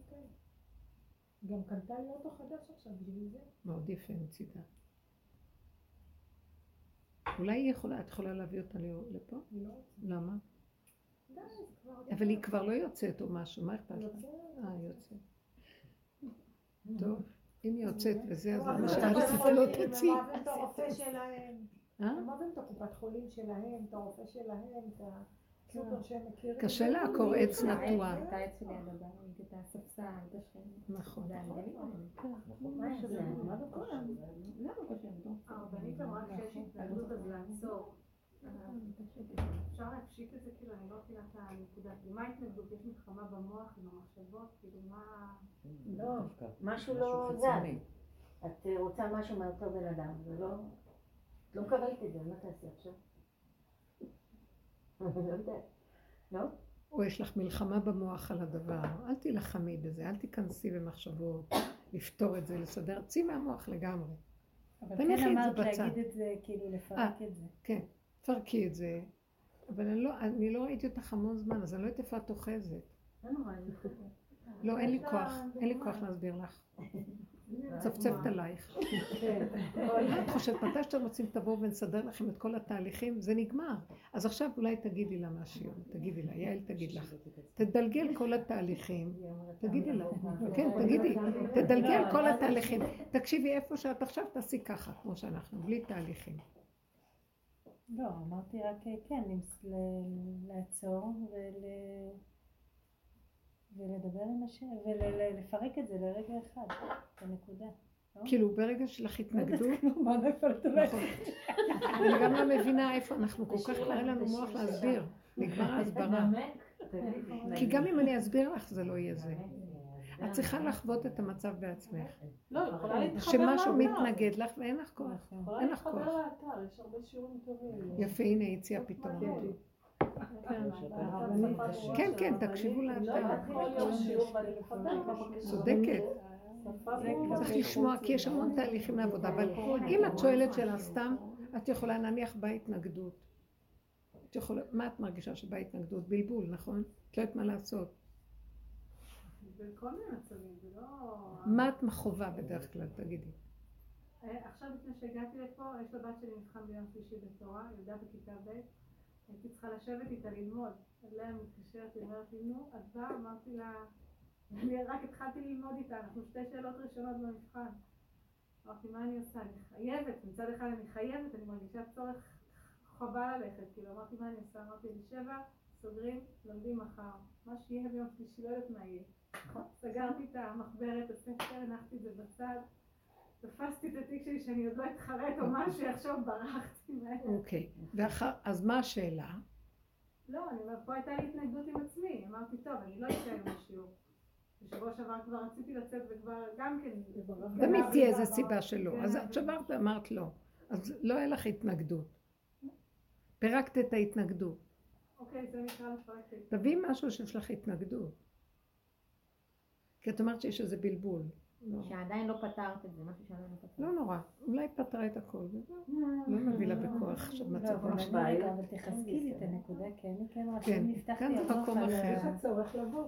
גם קנתה לי אוטו חדש עכשיו בשביל זה. מאוד יפה מצידה. אולי היא יכולה, את יכולה להביא אותה לפה? לא. למה? די, זה כבר... אבל היא כבר לא יוצאת או משהו, מה אכפת לך? היא יוצאת. טוב, אם היא יוצאת וזה, אז למה שהרצפה לא תציא? הם אוהבים את הרופא שלהם. הם אוהבים את הקופת חולים שלהם, את הרופא שלהם, את הסופר שהם מכירים. קשה לעקור עץ נטוע. את העץ שלי על הבית, את הספסל, את השכן. נכון. הרבנית אמרה שיש התנגדות אז לעצור. אפשר להפשיק את זה, כאילו, אני לא מבינה את הנקודה. מה ההתנגדות? יש מלחמה במוח עם המחשבות? כאילו, מה... לא, משהו לא זז. את רוצה משהו מאותו בן אדם, זה לא... לא מקבלת את זה, מה תעשי עכשיו? לא יודעת. לא? או יש לך מלחמה במוח על הדבר, אל תילחמי בזה, אל תיכנסי במחשבות, לפתור את זה, לסדר, צאי מהמוח לגמרי. אבל כן אמרת להגיד את זה, כאילו לפרק את זה. כן, תפרקי את זה, אבל אני לא ראיתי אותך המון זמן, אז אני לא יודעת איפה את אוחזת. לא, אין לי כוח להסביר לך. צפצפת עלייך. את חושבת, מתי שאתם רוצים תבואו ונסדר לכם את כל התהליכים, זה נגמר. אז עכשיו אולי תגידי לה משהו, תגידי לה, יעל תגיד לך. תדלגל כל התהליכים, תגידי לה, כן, תגידי, תדלגל כל התהליכים. תקשיבי איפה שאת עכשיו תעשי ככה, כמו שאנחנו, בלי תהליכים. לא, אמרתי רק כן, לעצור ולדבר עם השם, ולפרק את זה לרגע אחד, בנקודה. כאילו ברגע שלך התנגדות, מה איפה את הולכת? אני גם לא מבינה איפה אנחנו כל כך קרה לנו מוח להסביר, נגמר ההסברה. כי גם אם אני אסביר לך זה לא יהיה זה. את צריכה לחוות את המצב בעצמך. לא, יכולה להתחבר שמשהו מתנגד לך ואין לך כוח. יכולה אין לך כוח. להתחבר לאתר, יש הרבה שיעורים טובים. יפה, הנה הציע פתרון. כן, כן, תקשיבו לאתר. צודקת. צריך לשמוע, כי יש המון תהליכים לעבודה, אבל אם את שואלת שאלה סתם, את יכולה להניח בה התנגדות. מה את מרגישה שבה התנגדות? בלבול, נכון? את לא יודעת מה לעשות. בכל מיני מצבים, זה לא... מה את מחובה בדרך כלל, תגידי? עכשיו לפני שהגעתי לפה, יש לבת שלי מבחן ביום שלישי בתורה, ילדה בכיתה ב', הייתי צריכה לשבת איתה ללמוד. אליה מתקשרת, היא אומרת לי, נו, את באה? אמרתי לה, אני רק התחלתי ללמוד איתה, אנחנו 2 שאלות ראשונות במבחן. אמרתי, מה אני עושה? אני חייבת, מצד אחד אני חייבת, אני מרגישה צורך חובה ללכת, כאילו אמרתי, מה אני עושה? אמרתי לי, 7, סוגרים, לומדים מחר. מה שיהיה ביום שלישי, לא יודעת מה יהיה. סגרתי את המחברת, הספר, הנחתי את זה בצד, תפסתי את התיק שלי שאני עוד לא אתחרט או משהו, עכשיו ברחתי מהם. אוקיי, אז מה השאלה? לא, פה הייתה לי התנגדות עם עצמי, אמרתי, טוב, אני לא אצא היום בשיעור. בשבוע שעבר כבר רציתי לצאת וכבר גם כן... תמיד תהיה איזה סיבה שלא, אז את שברת ואמרת לא, אז לא היה לך התנגדות. פירקת את ההתנגדות. אוקיי, זה נקרא לפרק את ההתנגדות. תביא משהו שיש לך התנגדות. כי את אומרת שיש איזה בלבול. שעדיין לא פתרת את זה, משהו שעדיין לא פתרת. לא נורא, אולי פתרה את הכל, לא נביא לה בכוח עכשיו מצב ראש. אבל תחזקי לי את הנקודה, כי אני כן רוצה נפתח כאן זה מקום אחר. יש הצורך לבוא.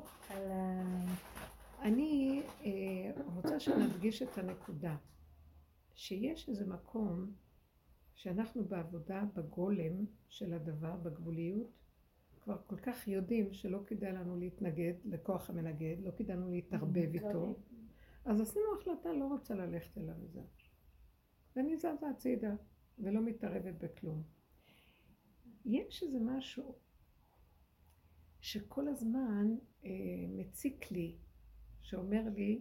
אני רוצה שנדגיש את הנקודה, שיש איזה מקום שאנחנו בעבודה בגולם של הדבר, בגבוליות, כבר כל כך יודעים שלא כדאי לנו להתנגד לכוח המנגד, לא כדאי לנו להתערבב איתו, אז עשינו החלטה, לא רוצה ללכת אליו וזה. ואני זזה הצידה ולא מתערבת בכלום. יש איזה משהו שכל הזמן מציק לי, שאומר לי,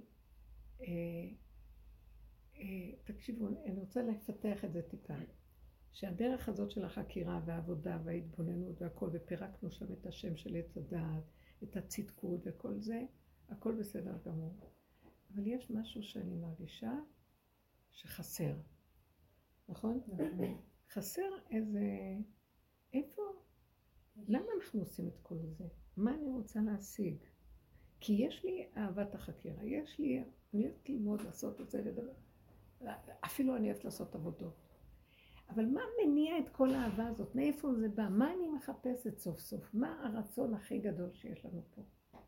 תקשיבו, אני רוצה לפתח את זה טיפה, שהדרך הזאת של החקירה והעבודה וההתבוננות והכל, ופירקנו שם את השם של עץ הדעת, את הצדקות וכל זה, הכל בסדר גמור. אבל יש משהו שאני מרגישה שחסר, נכון? חסר איזה, איפה, למה אנחנו עושים את כל זה? מה אני רוצה להשיג? כי יש לי אהבת החקירה, יש לי, אני אוהבת ללמוד לעשות את זה, לדבר. אפילו אני אוהבת לעשות עבודות. אבל מה מניע את כל האהבה הזאת? מאיפה זה בא? מה אני מחפשת סוף סוף? מה הרצון הכי גדול שיש לנו פה?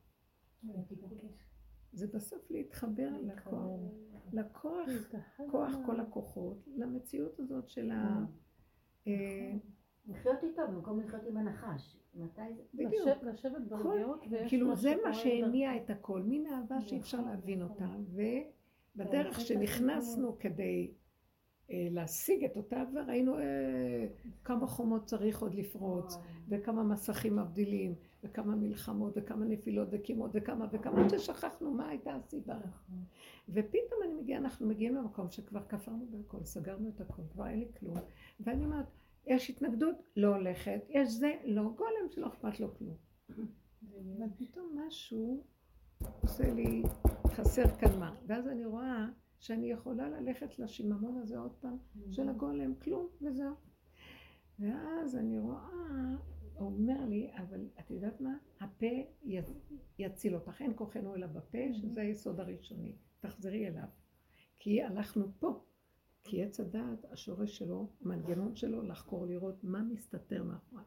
זה בסוף להתחבר לכוח, כוח כל הכוחות, למציאות הזאת של לחיות איתו במקום לחיות עם הנחש. מתי זה? בדיוק. לשבת ברגיעות ויש כאילו זה שקורה מה שהניע את הכל, מין אהבה שאי אפשר להבין אותה, ובדרך שנכנסנו כדי להשיג את אותה אהבה, ראינו כמה חומות צריך עוד לפרוץ, וכמה מסכים מבדילים, וכמה מלחמות, וכמה נפילות וקימות, וכמה, ששכחנו מה הייתה הסיבה. ופתאום אנחנו מגיעים למקום שכבר כפרנו בהכל, סגרנו את הכל, כבר אין לי כלום, ואני אומרת, יש התנגדות, לא הולכת, יש זה, לא, גולם שלא אכפת לו כלום. אבל פתאום משהו עושה לי חסר כאן מה, ואז אני רואה שאני יכולה ללכת לשיממון הזה עוד פעם של הגולם, כלום וזהו. ואז אני רואה, הוא אומר לי, אבל את יודעת מה? הפה יציל אותך, אין כוחנו אלא בפה, שזה היסוד הראשוני, תחזרי אליו. כי הלכנו פה. כי עץ הדעת, השורש שלו, המנגנון שלו, לחקור, לראות מה מסתתר מאחורי.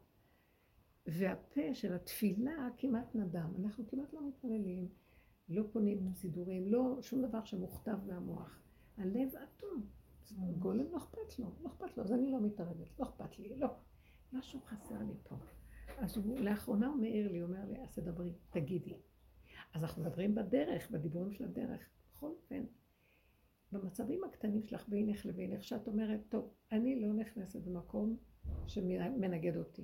והפה של התפילה כמעט נדם. אנחנו כמעט לא מתפללים, לא פונים סידורים, לא שום דבר שמוכתב מהמוח. הלב אטום. גולם לא אכפת לו, אז אני לא מתערבת, לא אכפת לי, לא. משהו חסר לי פה. אז לאחרונה הוא מעיר לי, אומר לי, אז תדברי, תגידי. אז אנחנו מדברים בדרך, בדיבורים של הדרך. בכל אופן, במצבים הקטנים שלך בינך לבינך, שאת אומרת, טוב, אני לא נכנסת במקום שמנגד אותי.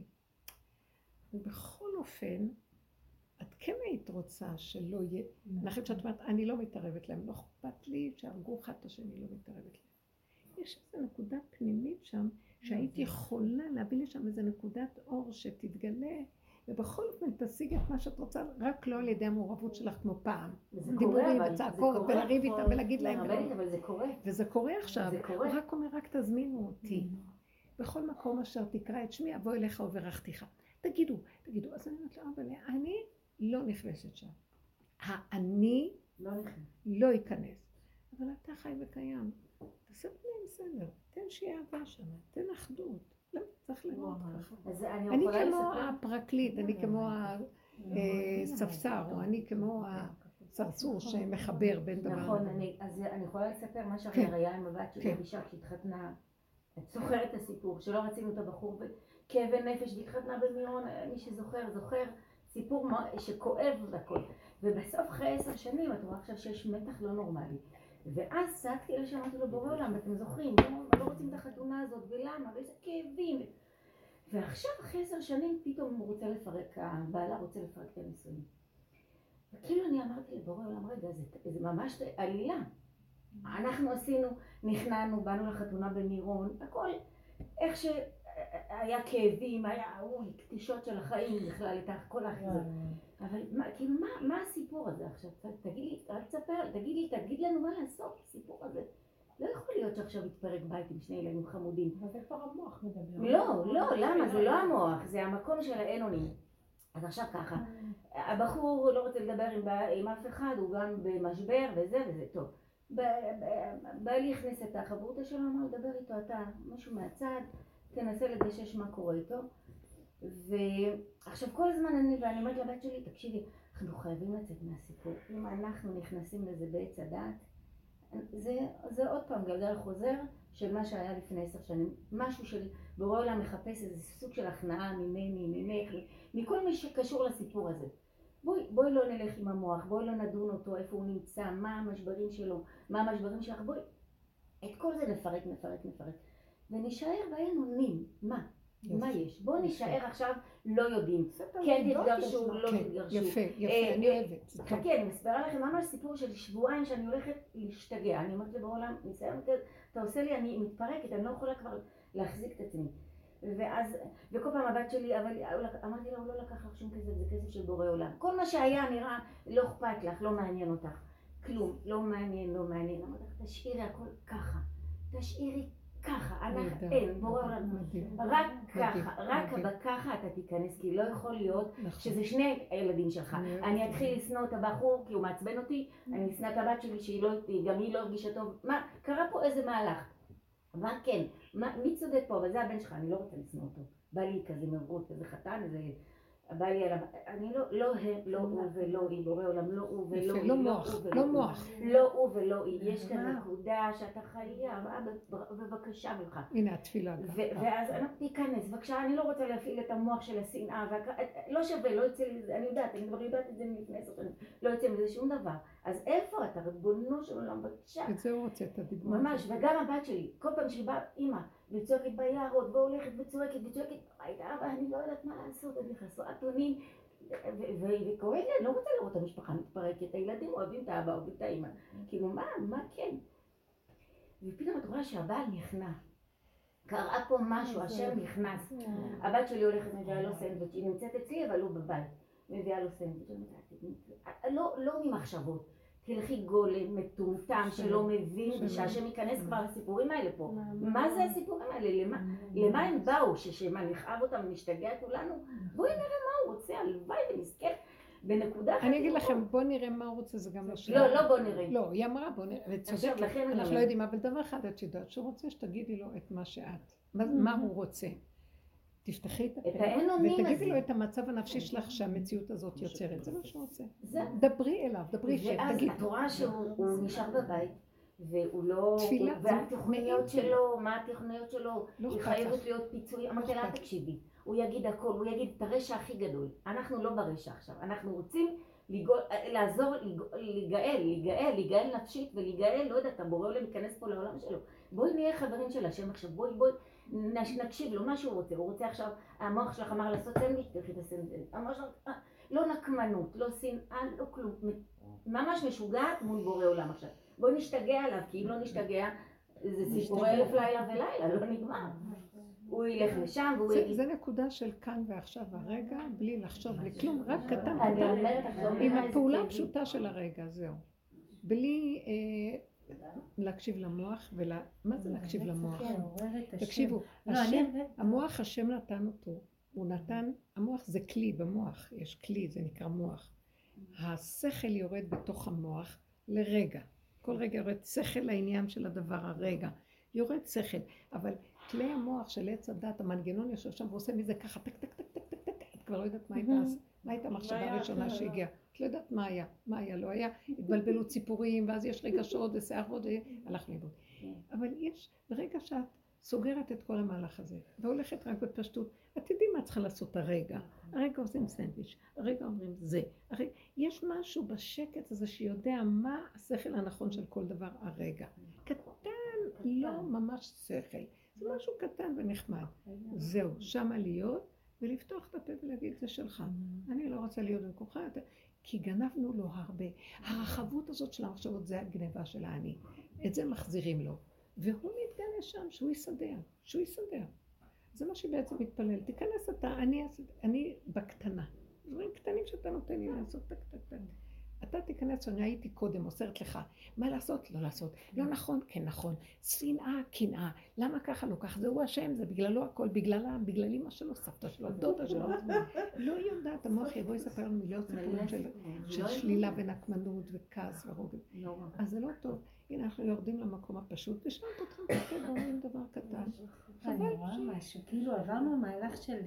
ובכל אופן, את כן היית רוצה שלא יהיה, אני חושבת שאת אומרת, אני לא מתערבת להם, לא אכפת לי שהרגו אחד את השני, לא מתערבת להם. יש איזו נקודה פנימית שם, שהייתי יכולה להביא לשם איזו נקודת אור שתתגלה, ובכל אופן תשיג את מה שאת רוצה, רק לא על ידי המעורבות שלך כמו פעם. דיבורים וצעקות ולריב איתה ולהגיד להם. אבל זה קורה. וזה קורה עכשיו. הוא רק אומר, רק תזמינו אותי. בכל מקום אשר תקרא את שמי, אבוא אליך וברכתיך. תגידו. אז אני אומרת לו, אבל אני לא נכנסת שם. האני לא ייכנס. אבל אתה חי וקיים. תעשה בניהם סדר. תן שיהיה אהבה שם. תן אחדות. למה צריך לראות ככה? אני כמו הפרקליט, אני כמו הספסר, או אני כמו הסרסור שמחבר בין דבר. נכון, אז אני יכולה לספר מה שאחר היה עם הבת שלי, אישה שהתחתנה, את זוכרת את הסיפור, שלא רצינו את הבחור, כאבי נפש, והתחתנה במירון, מי שזוכר, סיפור שכואב והכל. ובסוף אחרי 10 שנים, את רואה עכשיו שיש מתח לא נורמלי. ואז צעקתי לה שאמרתי לו, בורא עולם, אתם זוכרים, לא רוצים את החתונה הזאת, ולמה, ואיזה כאבים. ועכשיו, אחרי 10 שנים, פתאום הוא רוצה לפרק, הבעלה רוצה לפרק את הנישואים. וכאילו אני אמרתי לבורא עולם, רגע, זה ממש עלילה. אנחנו עשינו, נכנענו, באנו לחתונה במירון, הכל, איך שהיה כאבים, היה קטישות של החיים בכלל, את כל האחיזות. אבל כאילו, מה הסיפור הזה עכשיו? תגיד לי, רק תספר, תגיד לנו מה לעשות בסיפור הזה. לא יכול להיות שעכשיו יתפרק בית עם 2 ילדים חמודים. אבל זה כבר המוח מדבר. לא, למה? זה לא המוח, זה המקום של האין אונים. אז עכשיו ככה, הבחור לא רוצה לדבר עם אף אחד, הוא גם במשבר וזה טוב. בעלי הכניס את החברותה שלו, אמר, דבר איתו אתה, משהו מהצד, תנסה לגשש מה קורה איתו. ועכשיו כל הזמן ואני אומרת לבת שלי, תקשיבי, אנחנו חייבים לצאת מהסיפור. אם אנחנו נכנסים לזה בעץ הדעת, זה עוד פעם גלגל חוזר של מה שהיה לפני 10 שנים. משהו של בורא עולם מחפש איזה סוג של הכנעה ממך, מכל מי שקשור לסיפור הזה. בואי לא נלך עם המוח, בואי לא נדון אותו, איפה הוא נמצא, מה המשברים שלו, מה המשברים שלך, בואי. את כל זה נפרק. ונשאר באין אונים, מה יש? בואו נשאר עכשיו לא יודעים. כן תתגרשו, לא תתגרשו. יפה, אני אוהבת. חכה, אני מסבירה לכם ממש סיפור של שבועיים שאני הולכת להשתגע. אני אומרת לבעולם, ניסיון, אתה עושה לי, אני מתפרקת, אני לא יכולה כבר להחזיק את עצמי. וכל פעם הבת שלי, אבל אמרתי לה, הוא לא לקח לך שום כסף, זה כסף של בורא עולם. כל מה שהיה נראה, לא אכפת לך, לא מעניין אותך. כלום, לא מעניין. אמרתי לך, תשאירי הכל ככה. תשאירי ככה, אין, בורא עולם, רק ככה אתה תיכנס, כי לא יכול להיות שזה 2 הילדים שלך. אני אתחיל לשנוא את הבחור כי הוא מעצבן אותי, אני אשנא את הבת שלי גם היא לא הרגישה טוב. מה, קרה פה איזה מהלך? מה כן, מי צודק פה? אבל זה הבן שלך, אני לא רוצה לשנוא אותו. בא לי כזה מרות, כזה חתן, הבא לי עליו, אני לא הוא ולא היא, בורא עולם, לא הוא ולא היא, לא מוח, לא מוח. לא הוא ולא היא, יש כאן נקודה שאתה חייב, בבקשה ממך. הנה התפילה. ואז תיכנס, בבקשה, אני לא רוצה להפעיל את המוח של השנאה, לא שווה, לא יוצא לי זה, אני יודעת, אני כבר יודעת את זה מלפני 10 שנים, לא יוצא מזה שום דבר. אז איפה אתה, ריבונו של עולם, בבקשה? את זה הוא רוצה, את הדיבור. ממש, וגם הבת שלי, כל פעם שהיא באה, אמא, וצועקת ביערות, והולכת וצועקת, אבא, אני לא יודעת מה לעשות, אני נכנסו אתונים, וקוראת לי, אני לא רוצה לראות את המשפחה מתפרקת, הילדים אוהבים את האבא, אוהבים את האמא, כאילו, מה כן? ופתאום את רואה שהבעל נכנע, קרה פה משהו, השם נכנס, הבת שלי הולכת מביאה לו סנדוויץ', היא נמצאת אצלי, אבל הוא בבית, מביאה לו סנדוויץ', לא ממחשבות, תלכי גולם, מטומטם, שלא מבין, ושהשם ייכנס כבר לסיפורים האלה פה. מה זה הסיפורים האלה? למה הם באו? שמה, נכאב אותם ונשתגע כולנו? בואי נראה מה הוא רוצה, הלוואי ונזכר בנקודה אחת. אני אגיד לכם, בוא נראה מה הוא רוצה, זה גם לא שלנו. לא בוא נראה. לא, היא אמרה בוא נראה, וצודק, אנחנו לא יודעים, אבל דבר אחד את יודעת, שהוא רוצה שתגידי לו את מה שאת, מה הוא רוצה. תפתחי את הפה, ותגידי לו את המצב הנפשי שלך שהמציאות הזאת יוצרת, זה מה שהוא רוצה. דברי אליו, דברי שב, תגידי. ואז את רואה שהוא נשאר בבית, והוא לא... והתוכניות שלו, מה התוכניות שלו? היא חייבת להיות פיצוי. אמרתי לה, תקשיבי, הוא יגיד הכל, הוא יגיד את הרשע הכי גדול. אנחנו לא ברשע עכשיו, אנחנו רוצים לעזור, להיגאל נפשית ולהיגאל, לא יודעת, הבורא עולם להיכנס פה לעולם שלו. בואי נהיה חברים של השם עכשיו, בואי נקשיב לו מה שהוא רוצה. הוא רוצה עכשיו, המוח שלך אמר לעשות סנדוויץ', תלכי את הסנדוויץ'. המוח שלך, לא נקמנות, לא שנאה, לא כלום. ממש משוגעת מול בורא עולם עכשיו. בואי נשתגע עליו, כי אם לא נשתגע, זה סיפורי אלף לילה ולילה, לא נגמר. הוא ילך לשם והוא יגיד... זה נקודה של כאן ועכשיו הרגע, בלי לחשוב, בלי כלום, רק קטן אני אומרת לך, עם הפעולה הפשוטה של הרגע, זהו. בלי להקשיב למוח, מה זה להקשיב למוח? תקשיבו, המוח השם נתן אותו, הוא נתן, המוח זה כלי במוח, יש כלי, זה נקרא מוח. השכל יורד בתוך המוח לרגע. כל רגע יורד שכל לעניין של הדבר הרגע. יורד שכל, אבל כלי המוח של עץ הדת, המנגנון יושב שם ועושה מזה ככה, טק, טק, טק, טק, טק, טק, את כבר לא יודעת מה הייתה המחשבה הראשונה שהגיעה. את לא יודעת מה היה, לא היה, התבלבלו ציפורים, ואז יש רגשות ושערות, הלך לאיבוד. אבל יש, ברגע שאת סוגרת את כל המהלך הזה, והולכת רק בפשטות, את תדעי מה צריכה לעשות הרגע עושים סנדוויץ', הרגע אומרים זה, יש משהו בשקט הזה שיודע מה השכל הנכון של כל דבר הרגע. קטן, לא ממש שכל, זה משהו קטן ונחמד. זהו, שמה להיות ולפתוח את הפה ולהגיד זה שלך. אני לא רוצה להיות במקומך, כי גנבנו לו הרבה. הרחבות הזאת של המחשבות זה הגניבה של האני. את זה מחזירים לו. והוא מתגלה שם, שהוא יסדר. זה מה שבעצם מתפלל. תיכנס אתה, אני בקטנה. דברים קטנים שאתה נותן לי לעשות, טק. אתה תיכנס, אני הייתי קודם, אוסרת לך. מה לעשות? לא לעשות. לא נכון? כן נכון. שנאה, קנאה. למה ככה? לא ככה. זהו השם, זה בגללו הכל, בגלל אמא שלו, סבתא שלו, דודה שלו. לא יודעת, המוח יבוא יספר לנו מיליון סיפורים של שלילה ונקמנות וכעס ורוגל. אז זה לא טוב. הנה, אנחנו יורדים למקום הפשוט, ושם פותחים כתב ואומרים דבר קטן. אני רואה משהו, כאילו עברנו מהלך של...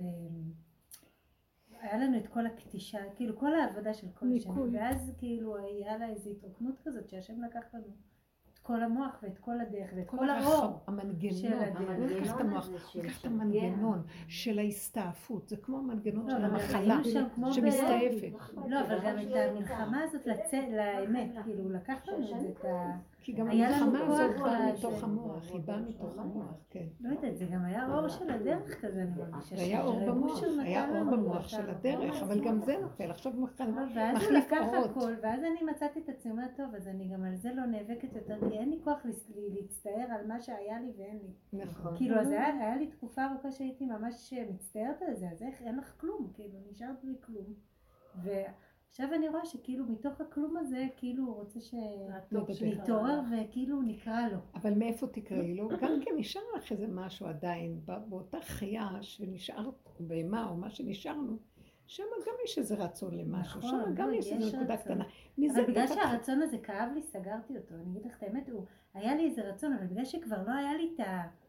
היה לנו את כל הקטישה, כאילו כל העבודה של כל השם, ואז כאילו היה לה איזו התרוקנות כזאת שהשם לקח לנו את כל המוח ואת כל הדרך ואת כל האור של הדרך. הוא לקח את המוח, הוא לקח את המנגנון של ההסתעפות, זה כמו המנגנון של המחלה שמסתעפת. לא, אבל גם את המלחמה הזאת לאמת, כאילו הוא לקח לנו את ה... כי גם המלחמה הזאת באה מתוך המוח, היא באה מתוך המוח, כן. לא יודעת, זה גם היה אור של הדרך כזה, אני מרגישה. זה היה אור במוח של הדרך, אבל גם זה נופל, עכשיו מחליף אורות. ואז הוא לקח הכל, ואז אני מצאתי את עצמי, טוב, אז אני גם על זה לא נאבקת יותר, כי אין לי כוח להצטער על מה שהיה לי ואין לי. נכון. כאילו, אז היה לי תקופה ארוכה שהייתי ממש מצטערת על זה, אז אין לך כלום, כאילו, נשארת בלי כלום. עכשיו אני רואה שכאילו מתוך הכלום הזה, כאילו הוא רוצה שנתעורר וכאילו נקרא לו. אבל מאיפה תקראי לו? גם כן נשאר לך איזה משהו עדיין, באותה חיה שנשארת בהמה או מה שנשארנו, שם גם יש איזה רצון למשהו, שם גם יש איזו נקודה קטנה. אבל בגלל שהרצון הזה כאב לי, סגרתי אותו. אני אגיד לך את האמת, היה לי איזה רצון, אבל בגלל שכבר לא היה לי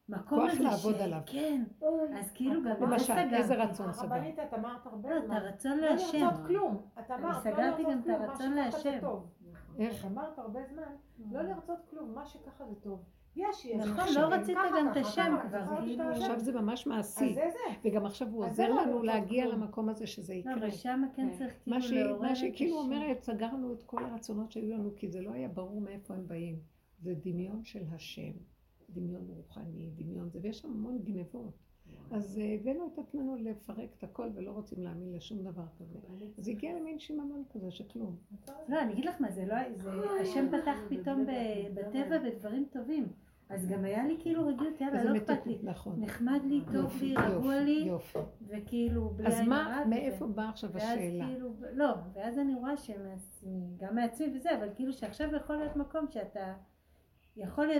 המקום כוח הזה לעבוד עליו. כן, אז כאילו גם למשל, איזה רצון סגר? הרבנית, את אמרת הרבה לא, את זמן. הרצון לא להשם. לרצות כלום. את אמרת, לא סגרתי גם לרצות את כלום, מה הרצון שככה זה להשם. טוב. איך? אמרת הרבה זמן, לא לרצות כלום, מה שככה זה טוב. יש, נכון, עכשיו, לא רצית ככה, גם את ככה, השם ככה, כבר, ככה, כאילו. ככה. עכשיו זה ממש מעשי. אז זה זה. וגם עכשיו הוא אז עוזר זה לא לנו לרצות להגיע כלום. למקום הזה שזה לא, יקרה. אבל שם כן צריך כאילו לעורר מה את שהיא כאילו השם. אומרת, סגרנו את כל הרצונות שהיו לנו, כי זה לא היה ברור מאיפה הם באים. זה דמיון של השם, דמיון רוחני, דמיון זה, ויש שם המון גנבות. אז הבאנו את עצמנו לפרק את הכל ולא רוצים להאמין לשום דבר כזה. אז הגיע למין שיממון כזה שכלום. לא, אני אגיד לך מה, זה לא, השם פתח פתאום בטבע בדברים טובים. אז גם היה לי כאילו רגילות, יאללה, לא אכפת לי. נכון. נחמד לי, טוב לי, רגוע לי, יופי. וכאילו בלי אז עין מה, הרע מאיפה וזה. באה עכשיו ואז השאלה? כאילו, לא, ואז אני רואה גם מעצמי וזה, אבל כאילו שעכשיו יכול להיות מקום שאתה יכול להיות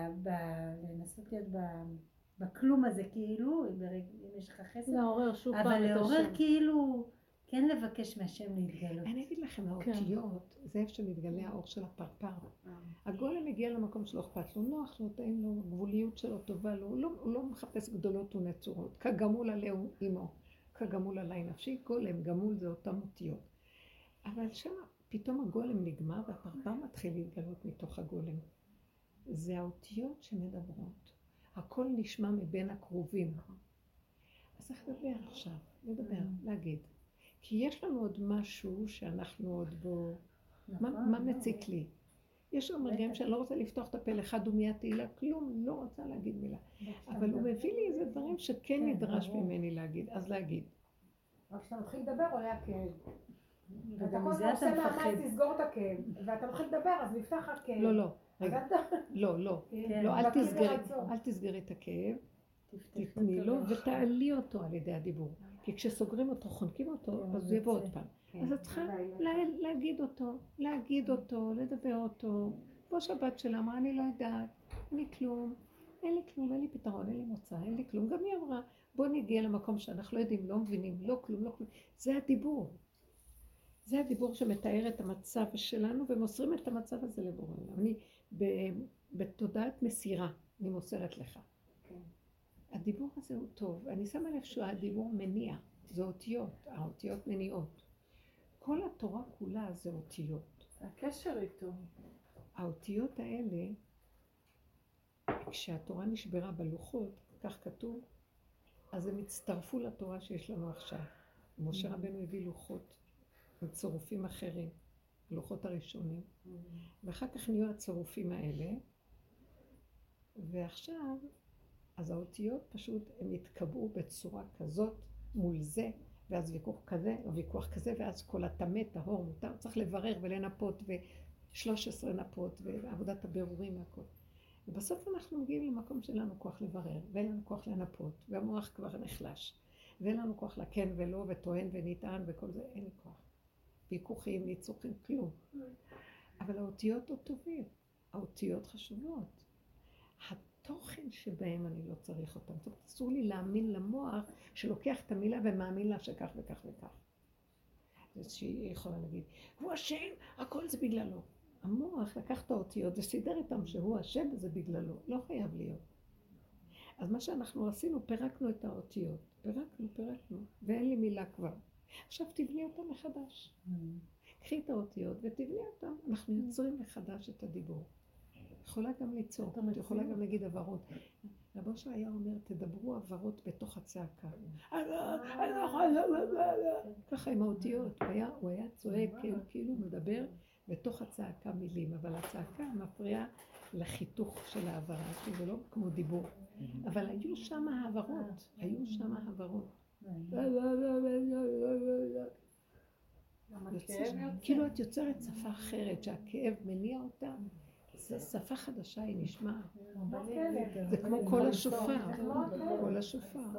לנסות להיות בכלום הזה כאילו, אם יש לך חסד, לעורר שוב פעם אבל את לעורר השם. כאילו, כן לבקש מהשם להתגלות. אני אגיד לכם, האותיות, זה איפה שמתגלה האור של הפרפר. הגולם מגיע למקום שלא אכפת לו, נוח לו, טעים לו, הגבוליות שלו טובה לו, הוא לא מחפש גדולות ונצורות. כגמול עליהו עמו, כגמול עלי נפשי, גולם, גמול זה אותם אותיות. אבל שם פתאום הגולם נגמר והפרפר מתחיל להתגלות מתוך הגולם. זה האותיות שמדברות. הכל נשמע מבין הקרובים. אז איך לדבר עכשיו? לדבר, להגיד. כי יש לנו עוד משהו שאנחנו עוד בו... מה מציק לי? יש לנו רגעים שאני לא רוצה לפתוח את הפה לאחד ומיד תהילה, כלום, לא רוצה להגיד מילה. אבל הוא מביא לי איזה דברים שכן נדרש ממני להגיד, אז להגיד. רק כשאתה מתחיל לדבר עולה הכאב. ואתה וגם כל מזה הזמן אתה עושה מפחד. מאמץ לסגור את הכאב, ואתה מתחיל לדבר, אז נפתח הכאב. לא, רגע. אז אתה... לא, כן. לא, בקיא אל תסגרי את הכאב, תתני לו ותעלי אותו על ידי הדיבור. כי כשסוגרים אותו, חונקים אותו, אז הוא יבוא עוד פעם. אז את צריכה להגיד אותו, לדבר אותו. כמו שהבת שלה אמרה, אני לא יודעת, אני כלום, אין לי כלום, אין לי פתרון, אין לי מוצא, אין לי כלום. גם היא אמרה, בוא נגיע למקום שאנחנו לא יודעים, לא מבינים, לא כלום. זה הדיבור. זה הדיבור שמתאר את המצב שלנו, ומוסרים את המצב הזה לבורא עולם. אני בתודעת מסירה, אני מוסרת לך. הדיבור הזה הוא טוב. אני שמה לב שהדיבור מניע. זה אותיות, האותיות מניעות. כל התורה כולה זה אותיות. הקשר איתו. האותיות האלה, כשהתורה נשברה בלוחות, כך כתוב, אז הם הצטרפו לתורה שיש לנו עכשיו. משה רבנו הביא לוחות עם צירופים אחרים, לוחות הראשונים, ואחר כך נהיו הצירופים האלה, ועכשיו, אז האותיות פשוט הם התקבעו בצורה כזאת מול זה, ואז ויכוח כזה, או ויכוח כזה, ואז כל התמת, טהור, מותר, צריך לברר ולנפות, ו13 נפות, ועבודת הבירורים והכל. ובסוף אנחנו מגיעים למקום שלנו כוח לברר, ואין לנו כוח לנפות, והמוח כבר נחלש, ואין לנו כוח לכן ולא, וטוען ונטען וכל זה, אין לי כוח. ויכוחים, ניצוחים, כלום. אבל האותיות עוד טובים, האותיות חשובות. התוכן שבהם אני לא צריך אותם. זאת אומרת, אסור לי להאמין למוח שלוקח את המילה ומאמין לה שכך וכך וכך. אז שהיא יכולה להגיד, הוא השם, הכל זה בגללו. המוח לקח את האותיות וסידר איתם שהוא השם וזה בגללו. לא חייב להיות. אז מה שאנחנו עשינו, פירקנו את האותיות. פירקנו, ואין לי מילה כבר. עכשיו תבני אותם מחדש. קחי את האותיות ותבני אותם. אנחנו יוצרים מחדש את הדיבור. יכולה גם ליצור, את יכולה גם להגיד עברות. רב אושר היה אומר, תדברו עברות בתוך הצעקה. ככה עם האותיות, הוא היה צועק, כאילו מדבר בתוך הצעקה מילים, אבל הצעקה מפריעה לחיתוך של העברה, שזה לא כמו דיבור. אבל היו שם העברות, כאילו את יוצרת שפה אחרת, שהכאב מניע אותה. זה שפה חדשה, היא נשמעת. זה כמו כל השופר,